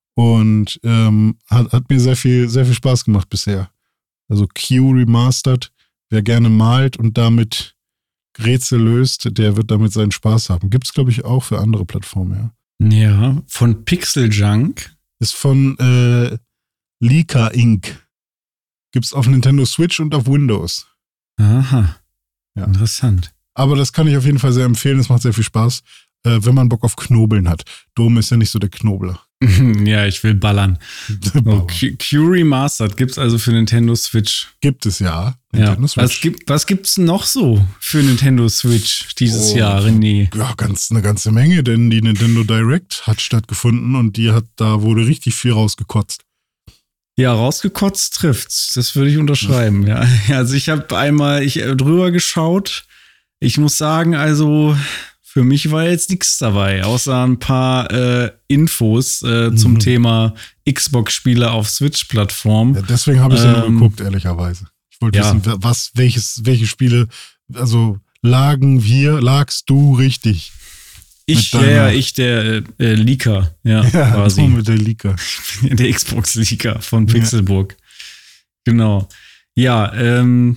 Und ähm, hat, hat mir sehr viel, sehr viel Spaß gemacht bisher. Also Q Remastered, wer gerne malt und damit Rätsel löst, der wird damit seinen Spaß haben. Gibt's, glaube ich, auch für andere Plattformen, ja. Ja, von Pixel Junk. Ist von äh, Lika Incorporated. Gibt's auf Nintendo Switch und auf Windows. Aha. Ja. Interessant. Aber das kann ich auf jeden Fall sehr empfehlen. Es macht sehr viel Spaß, äh, wenn man Bock auf Knobeln hat. Dome ist ja nicht so der Knobler. Ja, ich will ballern. Oh, Q Remastered gibt's also für Nintendo Switch. Gibt es ja. Nintendo ja. Switch. Was, gibt, was gibt's noch so für Nintendo Switch dieses oh, Jahr, René? Ja, ganz, eine ganze Menge, denn die Nintendo Direct hat stattgefunden und die hat, da wurde richtig viel rausgekotzt. Ja, rausgekotzt trifft's. Das würde ich unterschreiben, ja. Also ich habe einmal ich drüber geschaut. Ich muss sagen, also für mich war jetzt nichts dabei, außer ein paar äh, Infos äh, zum mhm. Thema Xbox-Spiele auf Switch-Plattform. Ja, deswegen habe ich ähm, ja nur geguckt, ehrlicherweise. Ich wollte ja. wissen, was, welches, welche Spiele, also lagen wir, lagst du richtig? Ich, ja, ja, ich, der äh, Leaker, ja, ja quasi. mit der Leaker. Der Xbox-Leaker von Pixelburg. Ja. Genau. Ja, ähm,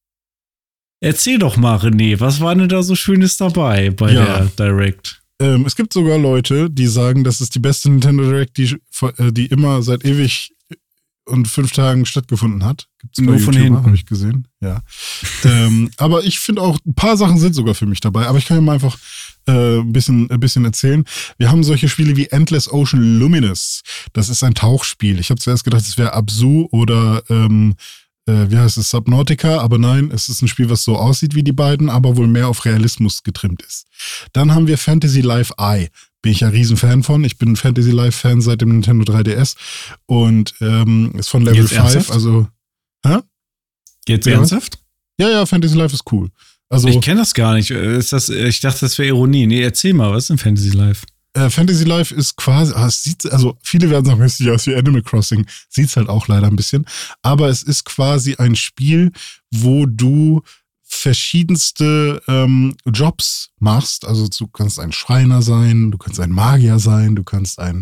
erzähl doch mal, René, was war denn da so Schönes dabei bei ja. der Direct? Ähm, es gibt sogar Leute, die sagen, das ist die beste Nintendo Direct, die, die immer seit ewig und fünf Tagen stattgefunden hat. Gibt's Nur von hinten. Habe ich gesehen, ja. ähm, aber ich finde auch, ein paar Sachen sind sogar für mich dabei. Aber ich kann ja mal einfach äh, ein, bisschen, ein bisschen erzählen. Wir haben solche Spiele wie Endless Ocean Luminous. Das ist ein Tauchspiel. Ich habe zuerst gedacht, es wäre Abzu oder ähm, äh, wie heißt es, Subnautica. Aber nein, es ist ein Spiel, was so aussieht wie die beiden, aber wohl mehr auf Realismus getrimmt ist. Dann haben wir Fantasy Life Eye. Bin ich ja riesen Fan von. Ich bin ein Fantasy Life Fan seit dem Nintendo drei D S und ähm, ist von Level fünf, also hä? Geht's ernsthaft? Ja, ja, Fantasy Life ist cool. Also ich kenne das gar nicht. Ist das, ich dachte, das wäre Ironie. Nee, erzähl mal, was ist denn Fantasy Life? Äh, Fantasy Life ist quasi, es sieht, also viele werden sagen, es sieht aus wie Animal Crossing. Sieht's halt auch leider ein bisschen. Aber es ist quasi ein Spiel, wo du verschiedenste ähm, Jobs machst. Also du kannst ein Schreiner sein, du kannst ein Magier sein, du kannst ein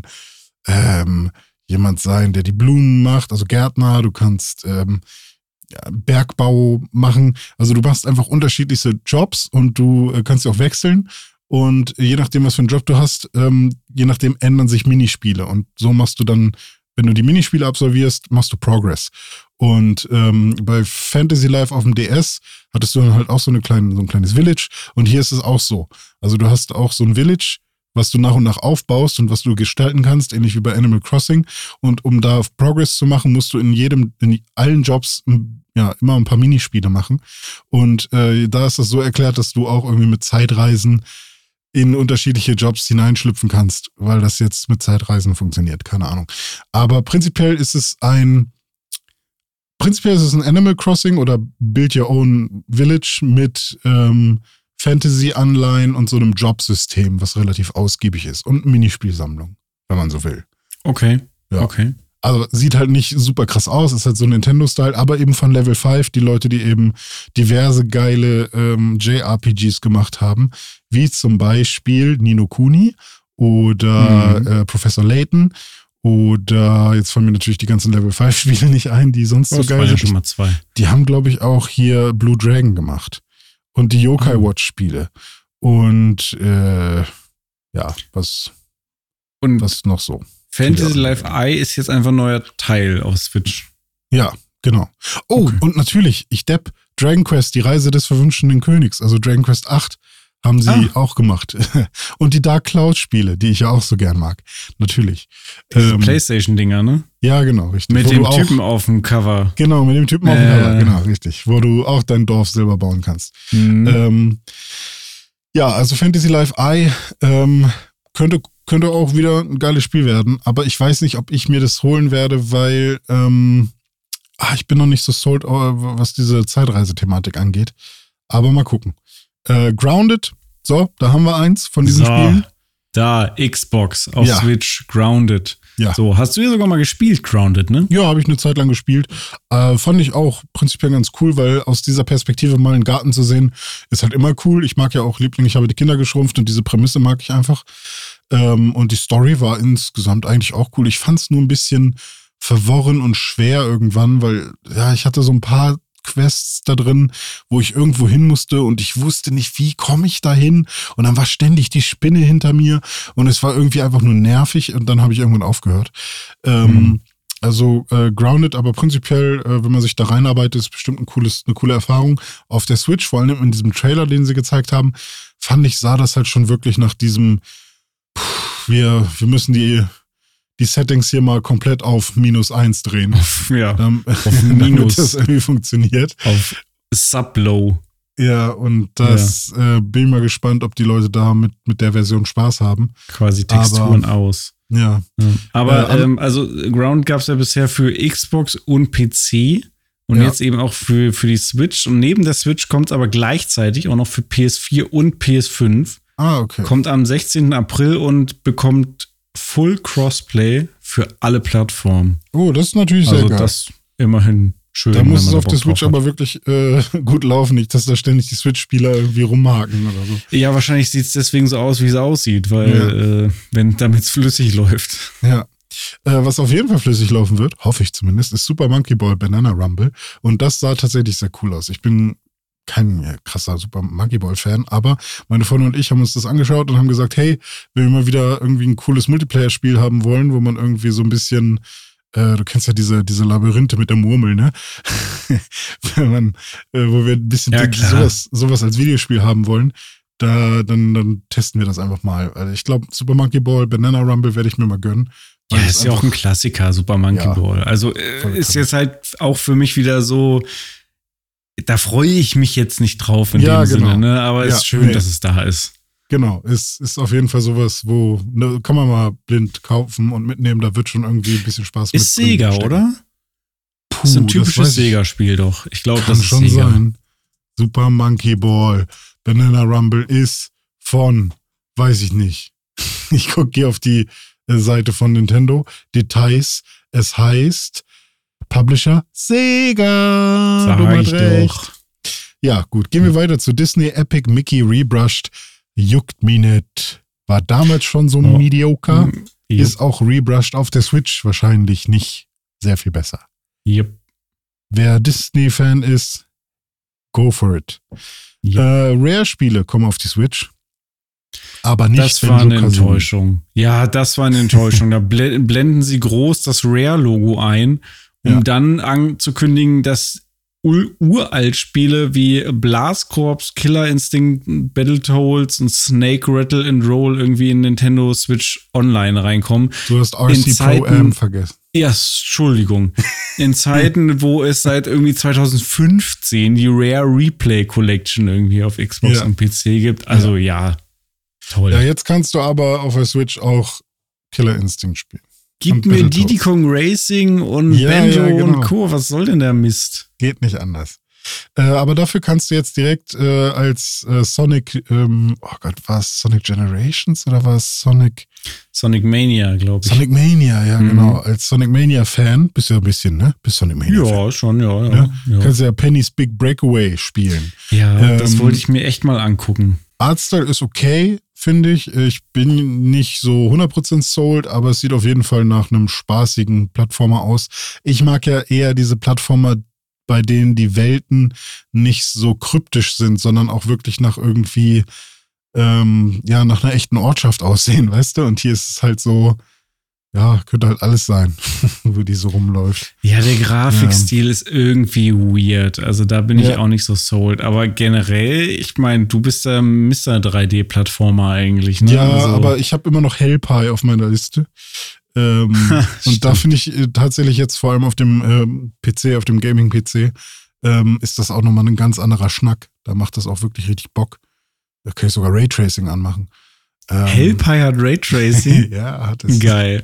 ähm, jemand sein, der die Blumen macht, also Gärtner, du kannst ähm, ja, Bergbau machen. Also du machst einfach unterschiedlichste Jobs und du äh, kannst sie auch wechseln. Und je nachdem, was für einen Job du hast, ähm, je nachdem ändern sich Minispiele. Und so machst du dann, wenn du die Minispiele absolvierst, machst du Progress. Und ähm, bei Fantasy Life auf dem D S hattest du dann halt auch so, eine kleine, so ein kleines Village. Und hier ist es auch so. Also du hast auch so ein Village, was du nach und nach aufbaust und was du gestalten kannst, ähnlich wie bei Animal Crossing. Und um da Progress zu machen, musst du in jedem, in allen Jobs ja immer ein paar Minispiele machen. Und äh, da ist das so erklärt, dass du auch irgendwie mit Zeitreisen in unterschiedliche Jobs hineinschlüpfen kannst, weil das jetzt mit Zeitreisen funktioniert, keine Ahnung. Aber prinzipiell ist es ein Prinzipiell ist es ein Animal Crossing oder Build Your Own Village mit ähm, Fantasy-Anleihen und so einem Jobsystem, was relativ ausgiebig ist. Und Minispielsammlung, wenn man so will. Okay, ja. okay. Also sieht halt nicht super krass aus, ist halt so Nintendo-Style, aber eben von Level fünf, die Leute, die eben diverse geile ähm, J R P Gs gemacht haben, wie zum Beispiel Ni no Kuni oder mhm. äh, Professor Layton. Oder jetzt fallen mir natürlich die ganzen Level fünf Spiele nicht ein, die sonst oh, so geil sind. Ja schon mal zwei. Die haben, glaube ich, auch hier Blue Dragon gemacht. Und die Yokai Watch Spiele. Und äh, ja, was, und was noch so? Fantasy Life Eye ist jetzt einfach ein neuer Teil auf Switch. Ja, genau. Oh, okay. Und natürlich, ich depp, Dragon Quest, die Reise des verwünschten Königs, also Dragon Quest acht, haben sie ah. auch gemacht. Und die Dark Cloud-Spiele, die ich ja auch so gern mag. Natürlich. Diese ähm, PlayStation-Dinger, ne? Ja, genau, richtig. Mit Wo dem Typen auf dem Cover. Genau, mit dem Typen äh. auf dem Cover, genau, richtig. Wo du auch dein Dorf selber bauen kannst. Mhm. Ähm, ja, also Fantasy Life Eye ähm, könnte, könnte auch wieder ein geiles Spiel werden. Aber ich weiß nicht, ob ich mir das holen werde, weil ähm, ah, ich bin noch nicht so sold, was diese Zeitreise-Thematik angeht. Aber mal gucken. Äh, Grounded, so, da haben wir eins von diesen so, Spielen. Da, Xbox auf ja. Switch, Grounded. Ja. So, hast du ja sogar mal gespielt, Grounded, ne? Ja, habe ich eine Zeit lang gespielt. Äh, fand ich auch prinzipiell ganz cool, weil aus dieser Perspektive mal einen Garten zu sehen, ist halt immer cool. Ich mag ja auch Liebling, ich habe die Kinder geschrumpft und diese Prämisse mag ich einfach. Ähm, und die Story war insgesamt eigentlich auch cool. Ich fand es nur ein bisschen verworren und schwer irgendwann, weil ja, ich hatte so ein paar Quests da drin, wo ich irgendwo hin musste und ich wusste nicht, wie komme ich da hin, und dann war ständig die Spinne hinter mir und es war irgendwie einfach nur nervig und dann habe ich irgendwann aufgehört. Ähm, mhm. Also äh, Grounded, aber prinzipiell, äh, wenn man sich da reinarbeitet, ist bestimmt ein cooles, eine coole Erfahrung. Auf der Switch, vor allem in diesem Trailer, den sie gezeigt haben, fand ich, sah das halt schon wirklich nach diesem pff, wir, wir müssen die die Settings hier mal komplett auf minus eins drehen. Ja, ähm, auf minus. Damit das irgendwie funktioniert. Auf Sub-Low. Ja, und das ja. Äh, bin ich mal gespannt, ob die Leute da mit, mit der Version Spaß haben. Quasi Texturen aber, aus. Ja. ja. Aber, äh, ähm, also Ground gab es ja bisher für Xbox und P C und ja. jetzt eben auch für, für die Switch. Und neben der Switch kommt es aber gleichzeitig auch noch für P S vier und P S fünf. Ah, okay. Kommt am sechzehnten April und bekommt Full Crossplay für alle Plattformen. Oh, das ist natürlich also sehr geil. Das immerhin schön. Da muss es auf der Switch aber wirklich äh, gut laufen, nicht, dass da ständig die Switch-Spieler irgendwie rumhaken oder so. Ja, wahrscheinlich sieht es deswegen so aus, wie es aussieht, weil ja. äh, wenn damit es flüssig läuft. Ja. Äh, was auf jeden Fall flüssig laufen wird, hoffe ich zumindest, ist Super Monkey Ball Banana Rumble. Und das sah tatsächlich sehr cool aus. Ich bin kein ja, krasser Super Monkey Ball Fan, aber meine Freundin und ich haben uns das angeschaut und haben gesagt, hey, wenn wir mal wieder irgendwie ein cooles Multiplayer-Spiel haben wollen, wo man irgendwie so ein bisschen, äh, du kennst ja diese, diese Labyrinthe mit der Murmel, ne? wenn man, äh, wo wir ein bisschen ja, die, sowas, sowas als Videospiel haben wollen, da, dann, dann testen wir das einfach mal. Also ich glaube, Super Monkey Ball Banana Rumble werde ich mir mal gönnen. Ja, ist ja auch ein Klassiker, Super Monkey ja, Ball. Also äh, ist jetzt halt auch für mich wieder so, da freue ich mich jetzt nicht drauf in ja, dem genau. Sinne, ne? Aber es ja, ist schön, nee. dass es da ist. Genau, es ist auf jeden Fall sowas, wo ne, kann man mal blind kaufen und mitnehmen, da wird schon irgendwie ein bisschen Spaß mit. Ist Sega, stecken. oder? Puh, das ist ein typisches das Sega-Spiel doch. Ich glaube, kann das ist schon Sega. sein. Super Monkey Ball Banana Rumble ist von, weiß ich nicht. Ich gucke hier auf die Seite von Nintendo. Details. Es heißt Publisher Sega. Sag du ich recht. doch. Ja, gut. Gehen wir weiter zu Disney Epic Mickey Rebrushed. Juckt mich nicht. War damals schon so Oh. mediocre. Yep. Ist auch rebrushed auf der Switch wahrscheinlich nicht sehr viel besser. Yep. Wer Disney-Fan ist, go for it. Yep. Äh, Rare-Spiele kommen auf die Switch. Aber nicht Das war eine Banjo-Kazooie. Enttäuschung. Ja, das war eine Enttäuschung. Da bl- blenden sie groß das Rare-Logo ein, um Ja. dann anzukündigen, dass ur- Uralt-Spiele wie Blast Corps, Killer Instinct, Battletoads und Snake Rattle and Roll irgendwie in Nintendo Switch Online reinkommen. Du hast R C In Pro Zeiten- Am vergessen. Ja, Entschuldigung. In Zeiten, wo es seit irgendwie zwanzig fünfzehn die Rare Replay Collection irgendwie auf Xbox Ja. und P C gibt. Also ja, toll. Ja, jetzt kannst du aber auf der Switch auch Killer Instinct spielen. Gib und mir Battletoads. Diddy Kong Racing und Ja, Banjo ja, genau. und Co. Was soll denn der Mist? Geht nicht anders. Äh, aber dafür kannst du jetzt direkt äh, als äh, Sonic, ähm, oh Gott, war es Sonic Generations oder war es Sonic? Sonic Mania, glaube ich. Sonic Mania, ja, Mhm. genau. Als Sonic Mania-Fan bist du ja ein bisschen, ne? Bist Sonic Mania-Fan. Ja, schon, ja. Ja, Ne? ja. Kannst du ja Penny's Big Breakaway spielen. ja das Ähm, wollte ich mir echt mal angucken. Artstyle ist okay, finde ich. Ich bin nicht so hundert Prozent sold, aber es sieht auf jeden Fall nach einem spaßigen Plattformer aus. Ich mag ja eher diese Plattformer, bei denen die Welten nicht so kryptisch sind, sondern auch wirklich nach irgendwie, ähm, ja, nach einer echten Ortschaft aussehen, weißt du? Und hier ist es halt so, ja, könnte halt alles sein, wo die so rumläuft. Ja, der Grafikstil ist irgendwie weird. Also da bin ich Ja. auch nicht so sold. Aber generell, ich meine, du bist der Mister drei D-Plattformer eigentlich, ne? Ja, also, aber ich habe immer noch Hellpie auf meiner Liste. Ähm, und da finde ich äh, tatsächlich jetzt vor allem auf dem ähm, P C, auf dem Gaming-P C, ähm, ist das auch nochmal ein ganz anderer Schnack. Da macht das auch wirklich richtig Bock. Da kann ich sogar Raytracing anmachen. Ähm, Hellpie hat Raytracing. ja, hat es. Geil.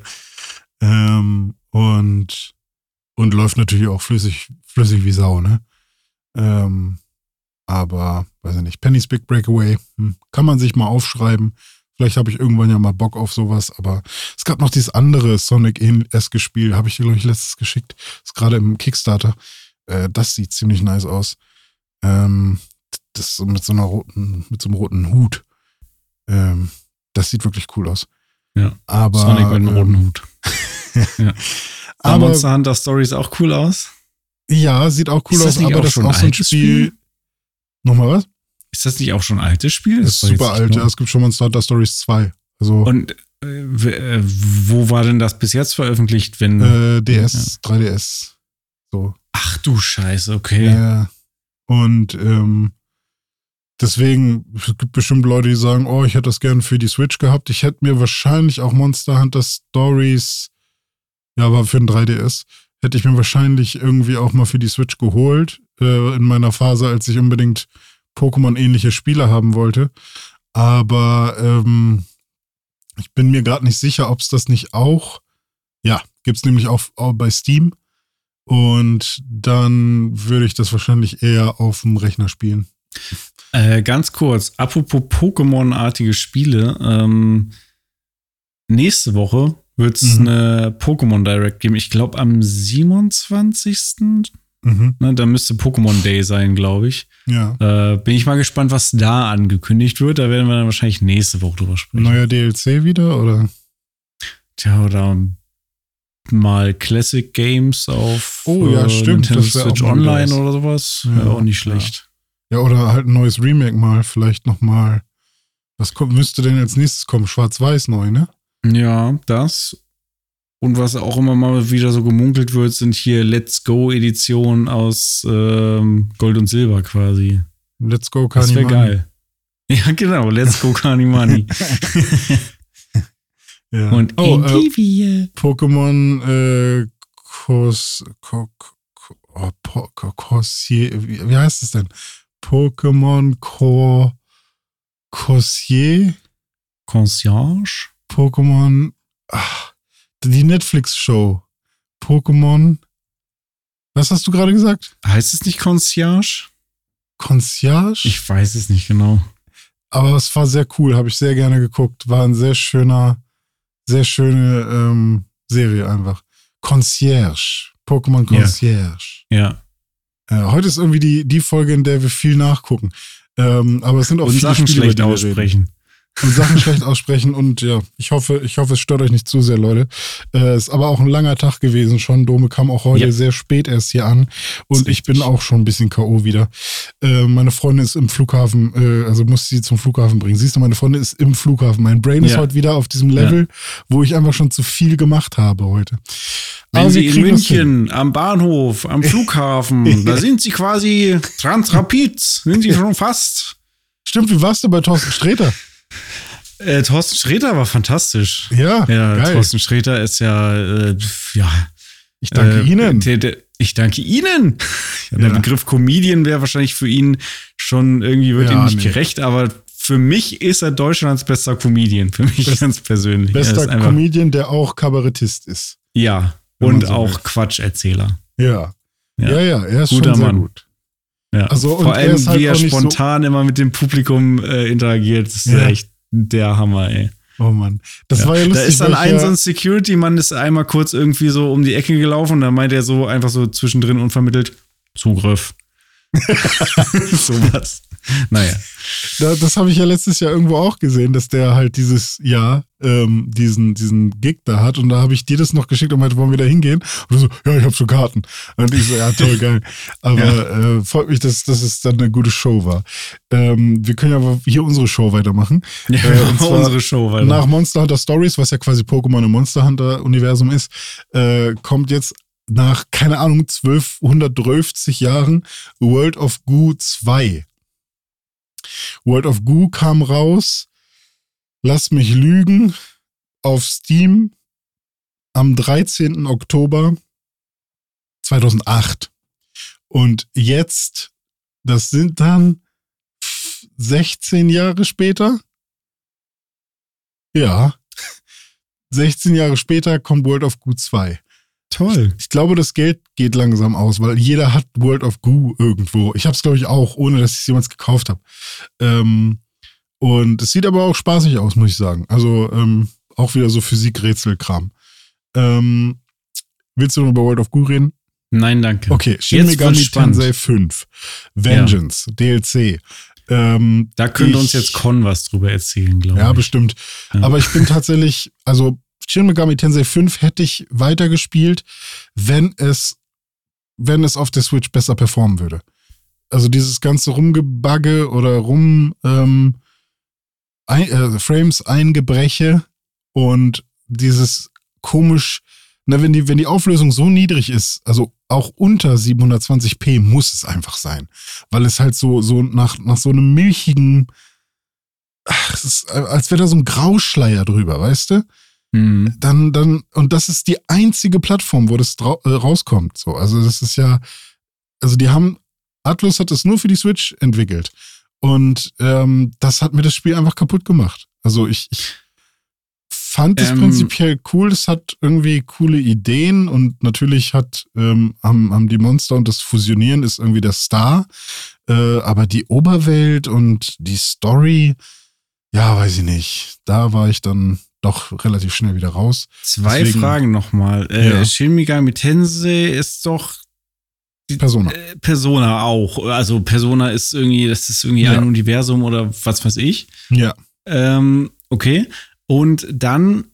Ähm, und, und läuft natürlich auch flüssig, flüssig wie Sau, ne? Ähm, aber, weiß ich nicht, Penny's Big Breakaway, hm, kann man sich mal aufschreiben. Vielleicht habe ich irgendwann ja mal Bock auf sowas, aber es gab noch dieses andere Sonic-eske Spiel, habe ich dir, glaube ich, letztens geschickt. Ist gerade im Kickstarter. Äh, das sieht ziemlich nice aus. Ähm, das ist so mit so einer roten, mit so einem roten Hut. Ähm, das sieht wirklich cool aus. Ja. Aber, Sonic mit einem ähm, roten Hut. ja. Aber aber Monster Hunter Stories auch cool aus. ja, sieht auch cool Ist das aus, nicht aber auch das ist schon auch ein so ein altes Spiel. Spiel? Nochmal was? Ist das nicht auch schon ein altes Spiel? Das ist war super jetzt alt, nur- ja. Es gibt schon Monster Hunter Stories zwei. Also Und äh, w- äh, wo war denn das bis jetzt veröffentlicht, wenn. äh, D S, drei D S. So. Ach du Scheiße, okay. Ja. Und ähm, deswegen, es gibt bestimmt Leute, die sagen, oh, ich hätte das gern für die Switch gehabt. Ich hätte mir wahrscheinlich auch Monster Hunter Stories, ja, war für ein drei D S, hätte ich mir wahrscheinlich irgendwie auch mal für die Switch geholt, äh, in meiner Phase, als ich unbedingt Pokémon-ähnliche Spiele haben wollte. Aber ähm, ich bin mir gerade nicht sicher, ob es das nicht auch, ja, gibt es nämlich auch, auch bei Steam. Und dann würde ich das wahrscheinlich eher auf dem Rechner spielen. Äh, ganz kurz, apropos Pokémon-artige Spiele. Ähm, nächste Woche wird es mhm. eine Pokémon Direct geben. Ich glaube am siebenundzwanzigsten Mhm. Ne, da müsste Pokémon Day sein, glaube ich. Ja. Äh, bin ich mal gespannt, was da angekündigt wird. Da werden wir dann wahrscheinlich nächste Woche drüber sprechen. Neuer D L C wieder, oder? Tja, oder mal Classic Games auf oh, ja, äh, stimmt. Nintendo Das Switch Online oder sowas. Ja, ja, auch nicht schlecht. Ja. ja, oder halt ein neues Remake mal. Vielleicht noch mal. Was kommt, müsste denn als nächstes kommen? Schwarz-Weiß neu, ne? Ja, das. Und was auch immer mal wieder so gemunkelt wird, sind hier Let's Go-Editionen aus ähm, Gold und Silber quasi. Let's Go Kanimani. Das wäre geil. Ja, genau. Let's Go Kanimani. ja. Und oh, äh, Pokémon äh, Kos, Ko, Ko, oh, po, Ko, Kosier, wie, wie heißt es denn? Pokémon Ko, Kosier? Concierge? Pokémon ach, die Netflix-Show. Pokémon. Was hast du gerade gesagt? Heißt es nicht Concierge? Concierge? Ich weiß es nicht genau. Aber es war sehr cool, habe ich sehr gerne geguckt. War ein sehr schöner, sehr schöne ähm, Serie einfach. Concierge. Pokémon Concierge. Ja. ja. Äh, heute ist irgendwie die, die Folge, in der wir viel nachgucken. Ähm, aber es sind auch und viele Sachen Spiele, schlecht aussprechen. Und Sachen schlecht aussprechen und ja, ich hoffe, ich hoffe, es stört euch nicht zu sehr, Leute. Äh, ist aber auch ein langer Tag gewesen schon. Dome kam auch heute ja. sehr spät erst hier an und ich bin auch schon ein bisschen K O wieder. Äh, meine Freundin ist im Flughafen, äh, also musste sie zum Flughafen bringen. Siehst du, meine Freundin ist im Flughafen. Mein Brain ja. ist heute wieder auf diesem Level, ja. wo ich einfach schon zu viel gemacht habe heute. Wenn aber Sie in München am Bahnhof, am Flughafen, da sind Sie quasi Transrapid, sind Sie schon fast. Stimmt, wie warst du bei Thorsten Sträter? Äh, Thorsten Sträter war fantastisch. Ja, ja geil. Thorsten Sträter ist ja, äh, ja. Ich danke äh, Ihnen. Der, der, ich danke Ihnen. Ja, der ja. Begriff Comedian wäre wahrscheinlich für ihn schon irgendwie, wird ja, ihm nicht nee. gerecht, aber für mich ist er Deutschlands bester Comedian. Für mich Best, ganz persönlich. Bester einfach, Comedian, der auch Kabarettist ist. Ja, und so auch will. Quatscherzähler. Ja. ja. Ja, ja, er ist Guter schon sehr Mann. gut. Ja, also, vor allem, er halt wie er spontan so immer mit dem Publikum äh, interagiert, das ist ja. echt der Hammer, ey. Oh Mann, das ja. war ja lustig. Da ist dann ein ja so ein Security-Mann, ist einmal kurz irgendwie so um die Ecke gelaufen und dann meint er so einfach so zwischendrin unvermittelt, Zugriff. Sowas. Naja. Da, das habe ich ja letztes Jahr irgendwo auch gesehen, dass der halt dieses Jahr ähm, diesen, diesen Gig da hat und da habe ich dir das noch geschickt und meinte, wollen wir da hingehen? Und du so, ja, ich habe schon Karten. Und ich so, ja, toll, geil. Aber ja. äh, freut mich, dass, dass es dann eine gute Show war. Ähm, wir können ja aber hier unsere Show weitermachen. Ja, äh, und zwar unsere Show weiter. Nach Monster Hunter Stories, was ja quasi Pokémon im Monster Hunter Universum ist, äh, kommt jetzt nach, keine Ahnung, zwölfhundertdreißig Jahren World of Goo zwei. World of Goo kam raus, lass mich lügen, auf Steam am dreizehnten Oktober zweitausendacht. Und jetzt, das sind dann sechzehn Jahre später. Ja, sechzehn Jahre später kommt World of Goo zwei. Toll. Ich glaube, das Geld geht langsam aus, weil jeder hat World of Goo irgendwo. Ich habe es, glaube ich, auch, ohne dass ich es jemals gekauft habe. Ähm, und es sieht aber auch spaßig aus, muss ich sagen. Also ähm, auch wieder so Physik-Rätsel-Kram. Ähm, willst du noch über World of Goo reden? Nein, danke. Okay, Shin Megami Tensei fünf. Vengeance, ja. D L C. Ähm, da könnte ich, uns jetzt Con was drüber erzählen, glaube ich. Ja, bestimmt. Ja. Aber ich bin tatsächlich, also Shin Megami Tensei fünf hätte ich weitergespielt, wenn es, wenn es auf der Switch besser performen würde. Also dieses ganze Rumgebugge oder rum ähm, ein, äh, Frames eingebreche und dieses komisch, na, wenn die, wenn die Auflösung so niedrig ist, also auch unter siebenhundertzwanzig p muss es einfach sein. Weil es halt so, so nach, nach so einem milchigen, ach, es ist, als wäre da so ein Grauschleier drüber, weißt du? Mhm. Dann, dann, und das ist die einzige Plattform, wo das drau- äh, rauskommt. So, also das ist ja, also die haben, Atlus hat das nur für die Switch entwickelt. Und ähm, das hat mir das Spiel einfach kaputt gemacht. Also ich, ich fand es ähm, prinzipiell cool. Es hat irgendwie coole Ideen und natürlich hat ähm, haben, haben die Monster und das Fusionieren ist irgendwie der Star. Äh, aber die Oberwelt und die Story, ja, weiß ich nicht. Da war ich dann doch relativ schnell wieder raus. Zwei Deswegen, Fragen nochmal. Äh, ja. Shin Megami Tensei ist doch Persona. Äh, Persona auch. Also Persona ist irgendwie, das ist irgendwie ja. ein Universum oder was weiß ich. Ja. Ähm, okay. Und dann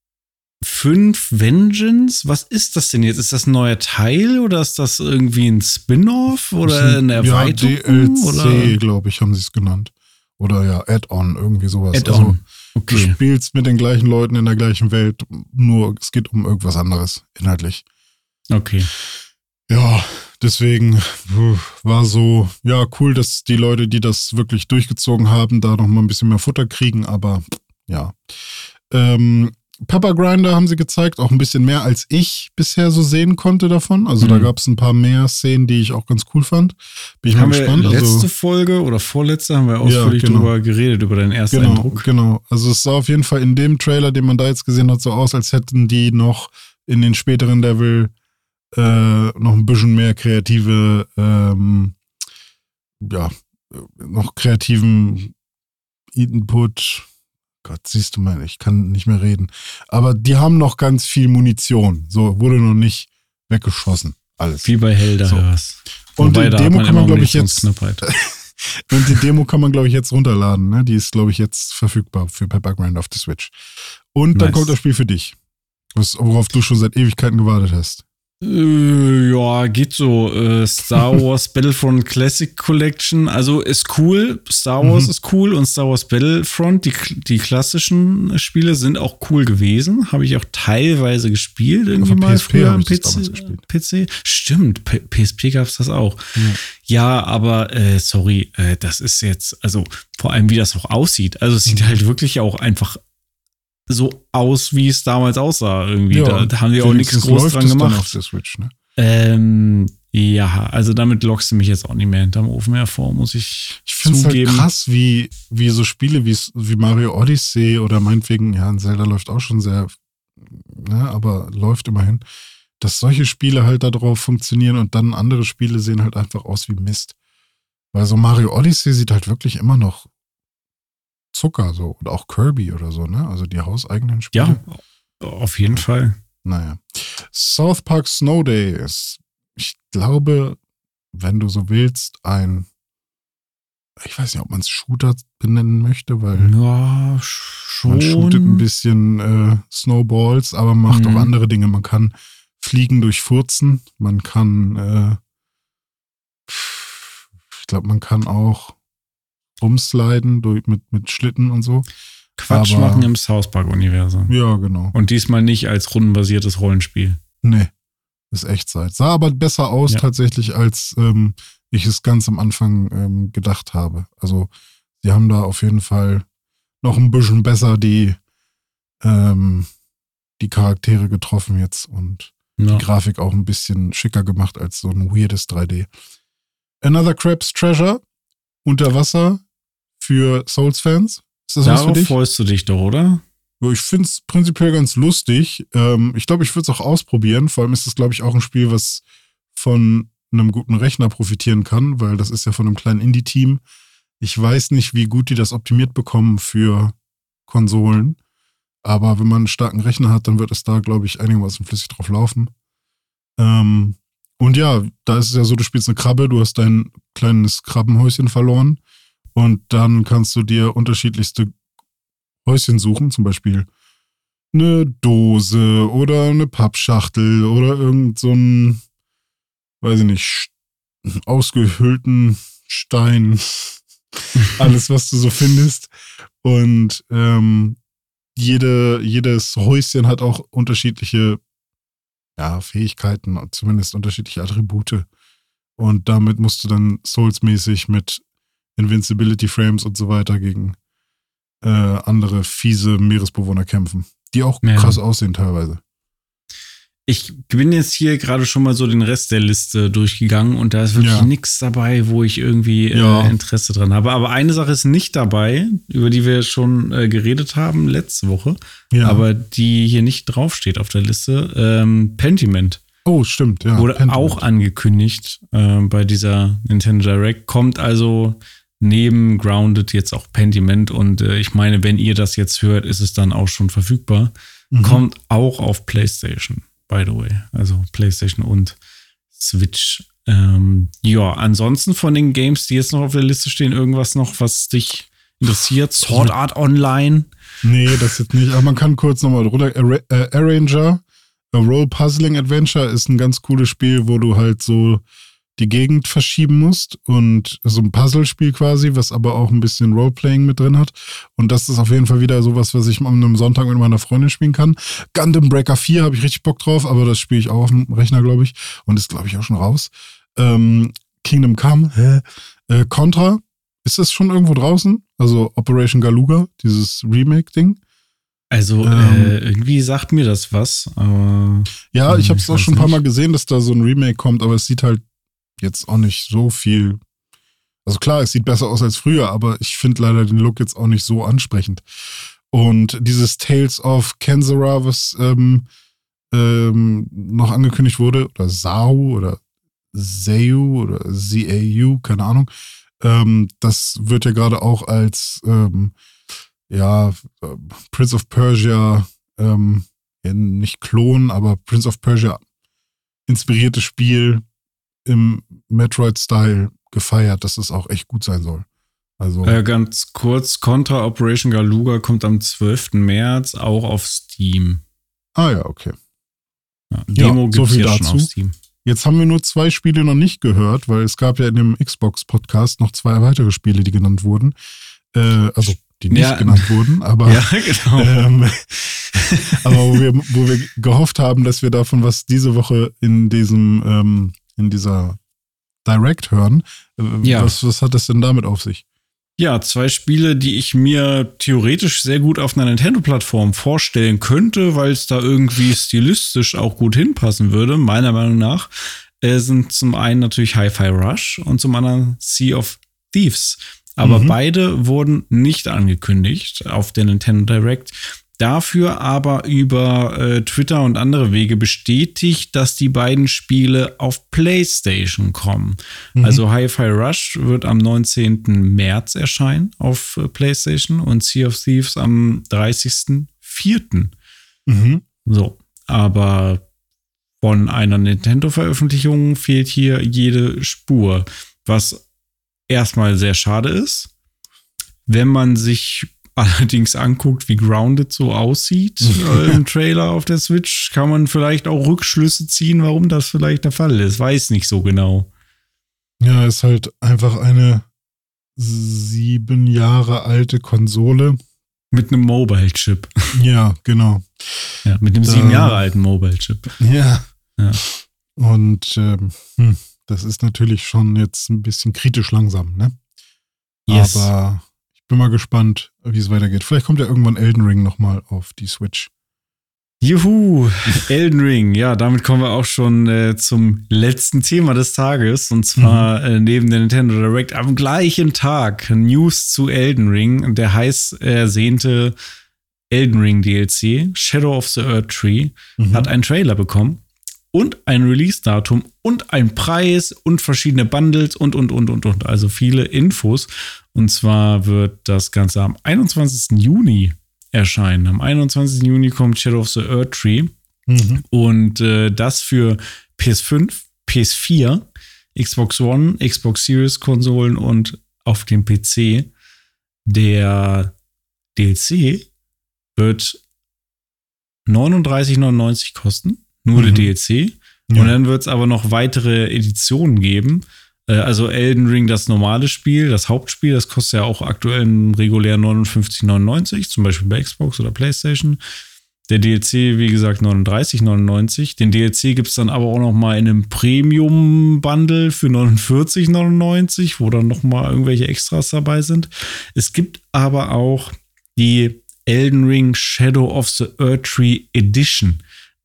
fünf Vengeance. Was ist das denn jetzt? Ist das ein neuer Teil oder ist das irgendwie ein Spin-off oder eine Erweiterung? Ja, D L C, glaube ich, haben sie es genannt. Oder ja, Add-on, irgendwie sowas. Add-on. Also, okay. Du spielst mit den gleichen Leuten in der gleichen Welt, nur es geht um irgendwas anderes, inhaltlich. Okay. Ja, deswegen war so, ja, cool, dass die Leute, die das wirklich durchgezogen haben, da noch mal ein bisschen mehr Futter kriegen, aber ja. Ähm, Pepper Grinder haben sie gezeigt, auch ein bisschen mehr, als ich bisher so sehen konnte davon. Also mhm. da gab es ein paar mehr Szenen, die ich auch ganz cool fand. Bin ich haben mal gespannt. Wir letzte also, Folge oder vorletzte haben wir ausführlich ja, genau. drüber geredet, über deinen ersten genau, Eindruck. Genau, also es sah auf jeden Fall in dem Trailer, den man da jetzt gesehen hat, so aus, als hätten die noch in den späteren Level äh, noch ein bisschen mehr kreative, ähm, ja, noch kreativen Input. Gott, siehst du mal, ich kann nicht mehr reden. Aber die haben noch ganz viel Munition. So, wurde noch nicht weggeschossen. Alles. Wie bei Helldivers. So. Und die Demo kann man, glaube ich, jetzt. Und die Demo kann man, glaube ich, jetzt runterladen. Ne? Die ist, glaube ich, jetzt verfügbar für Pepper Grinder auf der Switch. Und nice. Dann kommt das Spiel für dich. Worauf du schon seit Ewigkeiten gewartet hast. Äh, ja, geht so. Äh, Star Wars Battlefront Classic Collection. Also ist cool. Star Wars mhm. ist cool und Star Wars Battlefront, die, die klassischen Spiele sind auch cool gewesen. Habe ich auch teilweise gespielt. Irgendwie mal P S P früher am P C, P C. Stimmt, P- PSP gab es das auch. Mhm. Ja, aber äh, sorry, äh, das ist jetzt, also vor allem wie das auch aussieht. Also es sieht mhm. halt wirklich auch einfach so aus, wie es damals aussah irgendwie. Ja, da, da haben die auch nichts groß dran gemacht. Auf der Switch, ne? Ähm, ja, also damit lockst du mich jetzt auch nicht mehr hinterm Ofen hervor, muss ich Ich finde es halt krass, wie, wie so Spiele wie, wie Mario Odyssey oder meinetwegen, ja, ein Zelda läuft auch schon sehr, ne, aber läuft immerhin, dass solche Spiele halt da drauf funktionieren und dann andere Spiele sehen halt einfach aus wie Mist. Weil so Mario Odyssey sieht halt wirklich immer noch Zucker so und auch Kirby oder so, ne? Also die hauseigenen Spiele. Ja, auf jeden Fall. Naja. South Park Snow Day ist, ich glaube, wenn du so willst, ein, ich weiß nicht, ob man es Shooter benennen möchte, weil ja, schon. Man shootet ein bisschen äh, Snowballs, aber macht mhm. auch andere Dinge. Man kann fliegen durch Furzen, man kann äh, ich glaube, man kann auch rumsliden durch, mit, mit Schlitten und so. Quatsch aber, machen im South Park-Universum. Ja, genau. Und diesmal nicht als rundenbasiertes Rollenspiel. Nee, ist Echtzeit. Sah aber besser aus ja. tatsächlich, als ähm, ich es ganz am Anfang ähm, gedacht habe. Also, sie haben da auf jeden Fall noch ein bisschen besser die, ähm, die Charaktere getroffen jetzt und ja. die Grafik auch ein bisschen schicker gemacht als so ein weirdes drei D. Another Crab's Treasure, unter Wasser für Souls-Fans. Ist das Darauf was für dich? Freust du dich doch, oder? Ich finde es prinzipiell ganz lustig. Ähm, ich glaube, ich würde es auch ausprobieren. Vor allem ist es, glaube ich, auch ein Spiel, was von einem guten Rechner profitieren kann, weil das ist ja von einem kleinen Indie-Team. Ich weiß nicht, wie gut die das optimiert bekommen für Konsolen. Aber wenn man einen starken Rechner hat, dann wird es da, glaube ich, einigermaßen flüssig drauf laufen. Ähm, und ja, da ist es ja so, du spielst eine Krabbe, du hast dein kleines Krabbenhäuschen verloren. Und dann kannst du dir unterschiedlichste Häuschen suchen, zum Beispiel eine Dose oder eine Pappschachtel oder irgend so ein, weiß ich nicht, ausgehöhlten Stein. Alles, was du so findest. Und ähm, jede, jedes Häuschen hat auch unterschiedliche ja, Fähigkeiten, zumindest unterschiedliche Attribute. Und damit musst du dann Souls-mäßig mit Invincibility Frames und so weiter gegen äh, andere fiese Meeresbewohner kämpfen, die auch ja. krass aussehen teilweise. Ich bin jetzt hier gerade schon mal so den Rest der Liste durchgegangen und da ist wirklich ja. nichts dabei, wo ich irgendwie ja. äh, Interesse dran habe. Aber eine Sache ist nicht dabei, über die wir schon äh, geredet haben letzte Woche, ja. aber die hier nicht draufsteht auf der Liste. Ähm, Pentiment. Oh, stimmt, ja. Wurde Pentiment. auch angekündigt äh, bei dieser Nintendo Direct. Kommt also neben Grounded jetzt auch Pentiment und äh, ich meine, wenn ihr das jetzt hört, ist es dann auch schon verfügbar. Mhm. Kommt auch auf PlayStation. By the way, also PlayStation und Switch. Ähm, ja, ansonsten von den Games, die jetzt noch auf der Liste stehen, irgendwas noch, was dich interessiert? Sword Art Online? Nee, das jetzt nicht. Aber man kann kurz nochmal drüber. Ar- Arranger, A Role Puzzling Adventure ist ein ganz cooles Spiel, wo du halt so die Gegend verschieben musst und so ein Puzzlespiel quasi, was aber auch ein bisschen Roleplaying mit drin hat. Und das ist auf jeden Fall wieder sowas, was ich an einem Sonntag mit meiner Freundin spielen kann. Gundam Breaker vier habe ich richtig Bock drauf, aber das spiele ich auch auf dem Rechner, glaube ich. Und ist, glaube ich, auch schon raus. Ähm, Kingdom Come, hä? Äh, Contra, ist das schon irgendwo draußen? Also Operation Galuga, dieses Remake-Ding. Also ähm, äh, irgendwie sagt mir das was. Aber ja, ich habe es auch schon ein paar Mal gesehen, dass da so ein Remake kommt, aber es sieht halt jetzt auch nicht so viel. Also klar, es sieht besser aus als früher, aber ich finde leider den Look jetzt auch nicht so ansprechend. Und dieses Tales of Kenzera, was ähm, ähm, noch angekündigt wurde, oder Sau oder Zayu oder Z A U, keine Ahnung, ähm, das wird ja gerade auch als ähm, ja, Prince of Persia, ähm, ja, nicht Klon, aber Prince of Persia inspiriertes Spiel im Metroid-Style gefeiert, dass es auch echt gut sein soll. Also äh, ganz kurz, Contra Operation Galuga kommt am zwölften März auch auf Steam. Ah ja, okay. Ja, Demo ja, gibt's so viel ja dazu. Schon auf Steam. Jetzt haben wir nur zwei Spiele noch nicht gehört, weil es gab ja in dem Xbox-Podcast noch zwei weitere Spiele, die genannt wurden. Äh, also die nicht ja, genannt wurden, aber, ja, genau. ähm, aber wo wir, wo wir gehofft haben, dass wir davon was diese Woche in diesem ähm, in dieser Direct hören. Ja. Was, was hat das denn damit auf sich? Ja, zwei Spiele, die ich mir theoretisch sehr gut auf einer Nintendo-Plattform vorstellen könnte, weil es da irgendwie stilistisch auch gut hinpassen würde, meiner Meinung nach, äh, sind zum einen natürlich Hi-Fi Rush und zum anderen Sea of Thieves. Aber mhm. beide wurden nicht angekündigt auf der Nintendo Direct. Dafür aber über äh, Twitter und andere Wege bestätigt, dass die beiden Spiele auf PlayStation kommen. Mhm. Also Hi-Fi Rush wird am neunzehnten März erscheinen auf äh, PlayStation und Sea of Thieves am dreißigsten vierten Mhm. So, aber von einer Nintendo-Veröffentlichung fehlt hier jede Spur, was erstmal sehr schade ist. Wenn man sich allerdings anguckt, wie Grounded so aussieht äh, im Trailer auf der Switch, kann man vielleicht auch Rückschlüsse ziehen, warum das vielleicht der Fall ist. Weiß nicht so genau. Ja, ist halt einfach eine sieben Jahre alte Konsole. Mit einem Mobile-Chip. Ja, genau. Ja, mit einem da, sieben Jahre alten Mobile-Chip. Ja. ja. Und ähm, hm, das ist natürlich schon jetzt ein bisschen kritisch langsam, ne? Yes. Aber bin mal gespannt, wie es weitergeht. Vielleicht kommt ja irgendwann Elden Ring nochmal auf die Switch. Juhu, Elden Ring. Ja, damit kommen wir auch schon äh, zum letzten Thema des Tages. Und zwar mhm. äh, neben der Nintendo Direct am gleichen Tag News zu Elden Ring. Der heiß ersehnte Elden Ring D L C, Shadow of the Earth Tree, mhm. hat einen Trailer bekommen. Und ein Release-Datum und ein Preis und verschiedene Bundles und, und, und, und, und. Also viele Infos. Und zwar wird das Ganze am einundzwanzigsten Juni erscheinen. Am einundzwanzigsten Juni kommt Shadow of the Earth Tree. Mhm. Und äh, das für P S fünf, P S vier, Xbox One, Xbox Series Konsolen und auf dem P C. Der D L C wird neununddreißig neunundneunzig kosten. Nur mhm. der D L C. Ja. Und dann wird es aber noch weitere Editionen geben. Also Elden Ring, das normale Spiel, das Hauptspiel, das kostet ja auch aktuell regulär neunundfünfzig neunundneunzig, zum Beispiel bei Xbox oder PlayStation. Der D L C, wie gesagt, neununddreißig neunundneunzig. Den D L C gibt es dann aber auch noch mal in einem Premium-Bundle für neunundvierzig neunundneunzig, wo dann noch mal irgendwelche Extras dabei sind. Es gibt aber auch die Elden Ring Shadow of the Earth Tree Edition.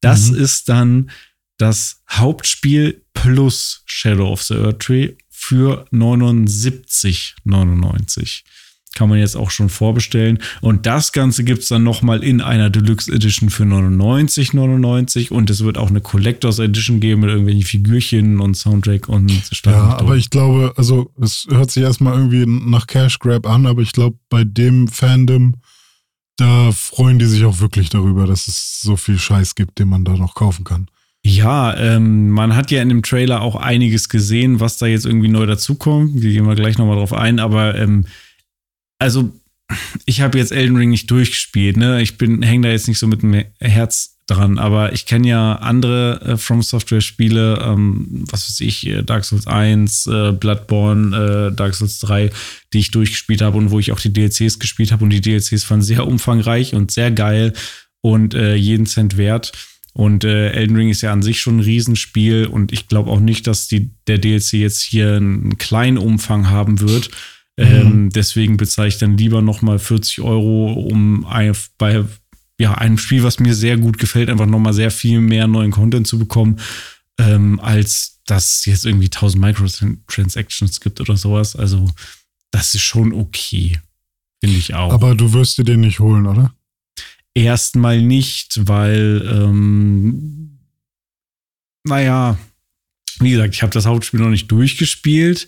Das Mhm. ist dann das Hauptspiel plus Shadow of the Erdtree für neunundsiebzig neunundneunzig. Kann man jetzt auch schon vorbestellen. Und das Ganze gibt es dann nochmal in einer Deluxe Edition für neunundneunzig neunundneunzig. Und es wird auch eine Collectors Edition geben mit irgendwelchen Figürchen und Soundtrack und Stand. Ja, aber ich glaube, also es hört sich erstmal irgendwie nach Cash Grab an, aber ich glaube, bei dem Fandom, da freuen die sich auch wirklich darüber, dass es so viel Scheiß gibt, den man da noch kaufen kann. Ja, ähm, man hat ja in dem Trailer auch einiges gesehen, was da jetzt irgendwie neu dazukommt. Wir gehen wir gleich nochmal drauf ein, aber ähm, also ich habe jetzt Elden Ring nicht durchgespielt, ne? Ich bin hänge da jetzt nicht so mit dem Herz dran, aber ich kenne ja andere äh, From Software Spiele, ähm, was weiß ich, Dark Souls eins, äh, Bloodborne, äh, Dark Souls drei, die ich durchgespielt habe und wo ich auch die D L Cs gespielt habe und die D L Cs waren sehr umfangreich und sehr geil und äh, jeden Cent wert. Und äh, Elden Ring ist ja an sich schon ein Riesenspiel und ich glaube auch nicht, dass die, der D L C jetzt hier einen kleinen Umfang haben wird. Mhm. Ähm, deswegen bezahle ich dann lieber nochmal vierzig Euro, um ein, bei ja, einem Spiel, was mir sehr gut gefällt, einfach nochmal sehr viel mehr neuen Content zu bekommen, ähm, als dass es jetzt irgendwie tausend Microtransactions gibt oder sowas. Also das ist schon okay, finde ich auch. Aber du wirst dir den nicht holen, oder? Erstmal nicht, weil, ähm, naja, wie gesagt, ich habe das Hauptspiel noch nicht durchgespielt.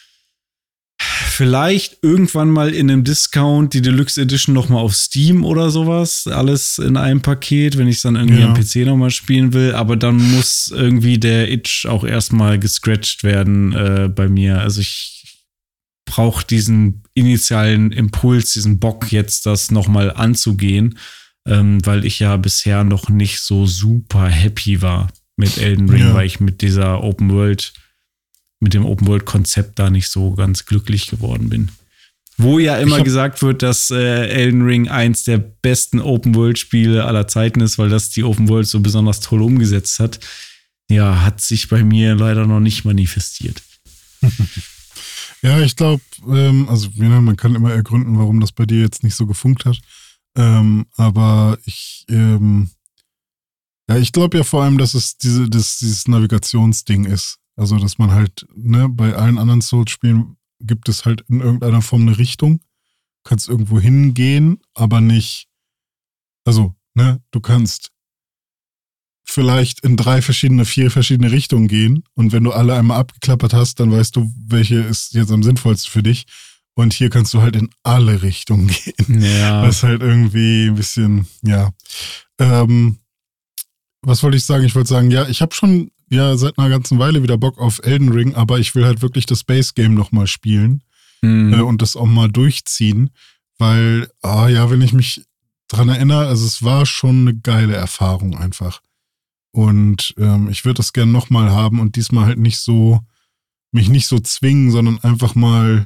Vielleicht irgendwann mal in einem Discount die Deluxe Edition noch mal auf Steam oder sowas. Alles in einem Paket, wenn ich es dann irgendwie Ja. am P C noch mal spielen will. Aber dann muss irgendwie der Itch auch erstmal gescratcht werden äh, bei mir. Also ich brauche diesen initialen Impuls, diesen Bock jetzt, das noch mal anzugehen. Ähm, weil ich ja bisher noch nicht so super happy war mit Elden Ring, Ja. weil ich mit dieser Open World mit dem Open-World-Konzept da nicht so ganz glücklich geworden bin. Wo ja immer hab, gesagt wird, dass äh, Elden Ring eins der besten Open-World-Spiele aller Zeiten ist, weil das die Open-World so besonders toll umgesetzt hat. Ja, hat sich bei mir leider noch nicht manifestiert. Ja, ich glaube, ähm, also ja, man kann immer ergründen, warum das bei dir jetzt nicht so gefunkt hat. Ähm, aber ich, ähm, ja, ich glaube ja vor allem, dass es diese, dass dieses Navigationsding ist. Also, dass man halt, ne, bei allen anderen Souls-Spielen gibt es halt in irgendeiner Form eine Richtung. Du kannst irgendwo hingehen, aber nicht, also, ne, du kannst vielleicht in drei verschiedene, vier verschiedene Richtungen gehen und wenn du alle einmal abgeklappert hast, dann weißt du, welche ist jetzt am sinnvollsten für dich. Und hier kannst du halt in alle Richtungen gehen. Ja. Was halt irgendwie ein bisschen, ja. Ähm, was wollte ich sagen? Ich wollte sagen, ja, ich habe schon ja seit einer ganzen Weile wieder Bock auf Elden Ring, aber ich will halt wirklich das Base Game nochmal spielen Mhm. äh, und das auch mal durchziehen, weil, ah ja, wenn ich mich dran erinnere, also es war schon eine geile Erfahrung einfach. Und ähm, ich würde das gerne nochmal haben und diesmal halt nicht so, mich nicht so zwingen, sondern einfach mal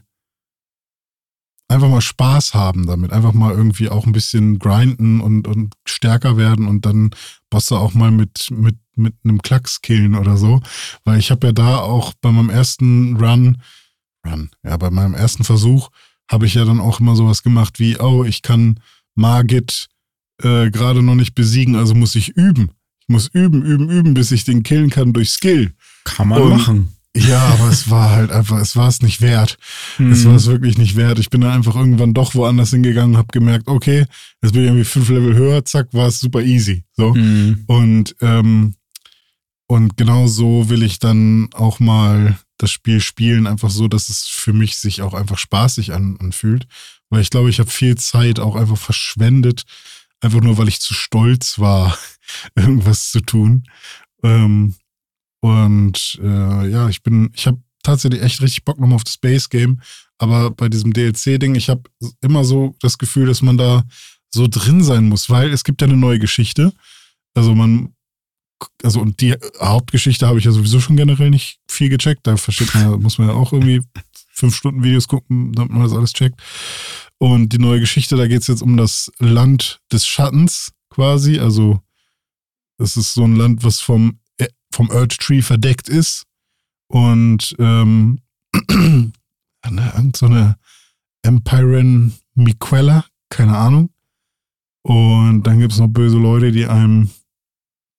einfach mal Spaß haben damit, einfach mal irgendwie auch ein bisschen grinden und, und stärker werden und dann Bosse auch mal mit, mit, mit einem Klacks killen oder so, weil ich habe ja da auch bei meinem ersten Run, Run, ja, bei meinem ersten Versuch habe ich ja dann auch immer sowas gemacht wie, oh, ich kann Margit äh, gerade noch nicht besiegen, also muss ich üben. Ich muss üben, üben, üben, bis ich den killen kann durch Skill. Kann man Und- machen. Ja, aber es war halt einfach, es war es nicht wert. Mhm. Es war es wirklich nicht wert. Ich bin dann einfach irgendwann doch woanders hingegangen und habe gemerkt, okay, jetzt bin ich irgendwie fünf Level höher, zack, war es super easy. So. Mhm. Und, ähm, und genau so will ich dann auch mal das Spiel spielen, einfach so, dass es für mich sich auch einfach spaßig an, anfühlt. Weil ich glaube, ich habe viel Zeit auch einfach verschwendet, einfach nur, weil ich zu stolz war, irgendwas zu tun. Ähm, und äh, ja, ich bin, ich habe tatsächlich echt richtig Bock nochmal auf das Base Game, aber bei diesem D L C-Ding, ich habe immer so das Gefühl, dass man da so drin sein muss, weil es gibt ja eine neue Geschichte. Also man, also und die Hauptgeschichte habe ich ja sowieso schon generell nicht viel gecheckt. Da versteht man, ja- muss man ja auch irgendwie fünf Stunden Videos gucken, damit man das alles checkt. Und die neue Geschichte, da geht es jetzt um das Land des Schattens quasi. Also das ist so ein Land, was vom vom Erdtree verdeckt ist und ähm, ne, irgend so eine Empiren Miquella, keine Ahnung. Und dann gibt es noch böse Leute, die einem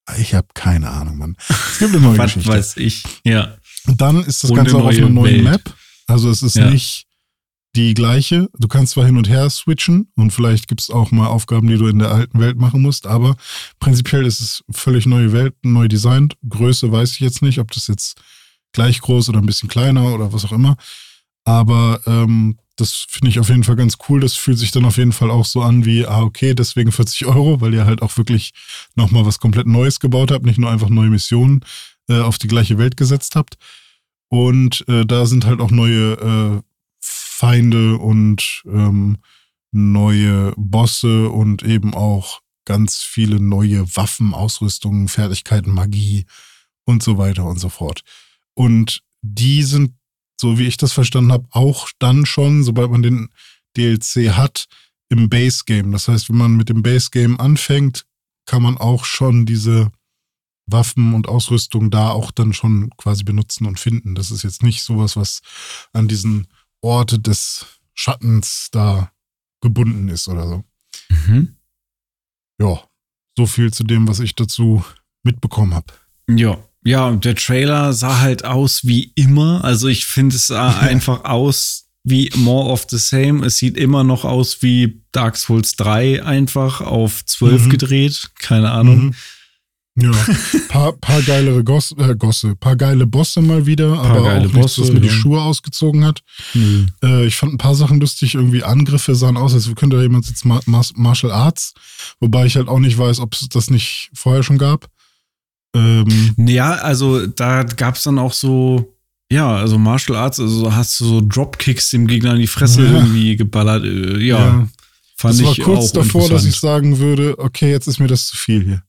Ich habe keine Ahnung, Mann. Es gibt eine neue Was Geschichte. weiß ich, ja. Und dann ist das Und Ganze eine auch auf neue einer neuen Welt. Map. Also es ist Ja. nicht die gleiche. Du kannst zwar hin und her switchen und vielleicht gibt es auch mal Aufgaben, die du in der alten Welt machen musst, aber prinzipiell ist es völlig neue Welt, neu designt. Größe weiß ich jetzt nicht, ob das jetzt gleich groß oder ein bisschen kleiner oder was auch immer. Aber ähm, das finde ich auf jeden Fall ganz cool. Das fühlt sich dann auf jeden Fall auch so an wie, ah okay, deswegen vierzig Euro, weil ihr halt auch wirklich nochmal was komplett Neues gebaut habt, nicht nur einfach neue Missionen äh, auf die gleiche Welt gesetzt habt. Und äh, da sind halt auch neue äh, Feinde und ähm, neue Bosse und eben auch ganz viele neue Waffen, Ausrüstungen, Fertigkeiten, Magie und so weiter und so fort. Und die sind, so wie ich das verstanden habe, auch dann schon, sobald man den D L C hat, im Base-Game. Das heißt, wenn man mit dem Base-Game anfängt, kann man auch schon diese Waffen und Ausrüstung da auch dann schon quasi benutzen und finden. Das ist jetzt nicht sowas, was an diesen Orte des Schattens da gebunden ist oder so. Mhm. Ja, so viel zu dem, was ich dazu mitbekommen habe. Ja, ja, und der Trailer sah halt aus wie immer. Also ich finde, es sah einfach aus wie more of the same. Es sieht immer noch aus wie Dark Souls drei einfach auf zwölf Mhm. gedreht. Keine Ahnung. Mhm. Ja, paar, paar geilere Gosse, äh, Gosse, paar geile Bosse mal wieder, Paar aber geile auch nichts, Bosse, was mir die ja. Schuhe ausgezogen hat. Mhm. Äh, ich fand ein paar Sachen lustig, irgendwie Angriffe sahen aus, als könnte da jemand jetzt Ma- Mas- Martial Arts, wobei ich halt auch nicht weiß, ob es das nicht vorher schon gab. Ähm, Ja, also da gab es dann auch so, ja, also Martial Arts, also hast du so Dropkicks dem Gegner in die Fresse Ja. irgendwie geballert. Äh, Ja, ja, fand das war ich kurz auch davor, dass ich interessant. sagen würde, okay, jetzt ist mir das zu viel hier.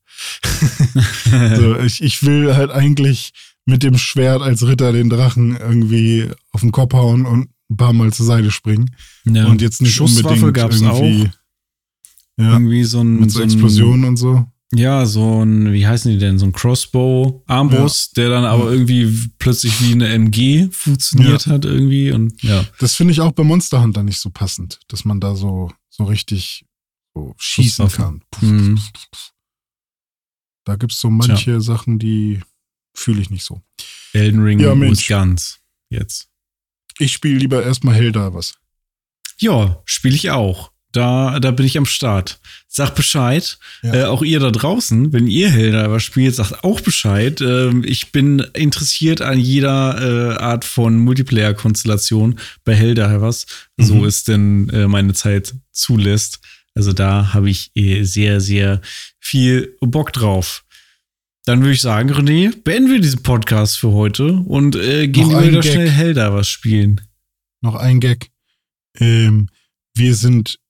So, ich, ich will halt eigentlich mit dem Schwert als Ritter den Drachen irgendwie auf den Kopf hauen und ein paar Mal zur Seite springen. Ja. Und jetzt nicht Schusswaffe unbedingt gab's irgendwie auch. Ja, Irgendwie so ein, mit so so ein Explosionen und so. Ja, so ein, wie heißen die denn? So ein Crossbow-Armbrust, der dann aber Ja. irgendwie plötzlich wie eine M G funktioniert hat irgendwie und ja. Das finde ich auch bei Monster Hunter nicht so passend, dass man da so, so richtig so schießen Schusswaffen. kann. Puff, Mhm. puff, puff, puff. Da gibt es so manche Sachen, die fühle ich nicht so. Elden Ring Ja, ja, Mensch. ganz jetzt. Ich spiele lieber erstmal Helldivers. Ja, spiele ich auch. Da, da bin ich am Start. Sag Bescheid. Ja. Äh, auch ihr da draußen, wenn ihr Helldivers spielt, sagt auch Bescheid. Ähm, ich bin interessiert an jeder äh, Art von Multiplayer-Konstellation bei Helldivers, Mhm. so es denn äh, meine Zeit zulässt. Also da habe ich äh, sehr, sehr viel Bock drauf. Dann würde ich sagen, René, beenden wir diesen Podcast für heute und äh, gehen Noch wir ein wieder Gag. schnell Helldivers spielen. Noch ein Gag. Ähm, wir sind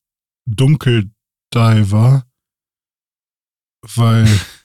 Dunkeldiver, weil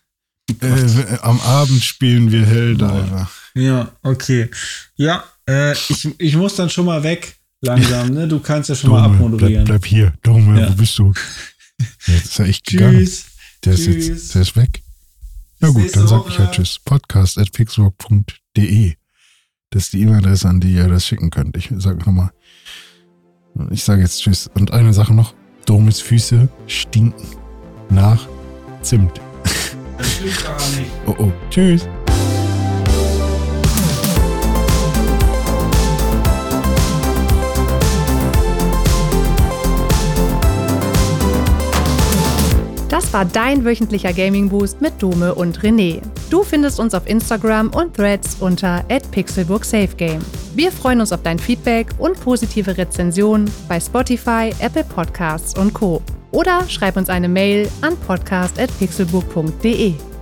äh, am Abend spielen wir Helldiver. Ja, okay. Ja, äh, ich, ich muss dann schon mal weg, langsam, ne? Du kannst ja schon mal Dome, abmoderieren. bleib, bleib hier. Dome, Ja. wo bist du? Jetzt ist er echt gegangen. Tschüss. Der ist Tschüss. jetzt, der ist weg. Ja Bis gut, nächste dann sag ich Woche. halt tschüss. Podcast at pixelbook punkt de. Das ist die E-Mail-Adresse, an die ihr das schicken könnt. Ich sage nochmal. Ich sage jetzt tschüss. Und eine Sache noch. Domes Füße stinken nach Zimt. Das stimmt gar nicht. Oh oh. Tschüss. Das war dein wöchentlicher Gaming Boost mit Dome und René. Du findest uns auf Instagram und Threads unter at pixelburgsafegame. Wir freuen uns auf dein Feedback und positive Rezensionen bei Spotify, Apple Podcasts und Co. Oder schreib uns eine Mail an podcast at pixelburg punkt de.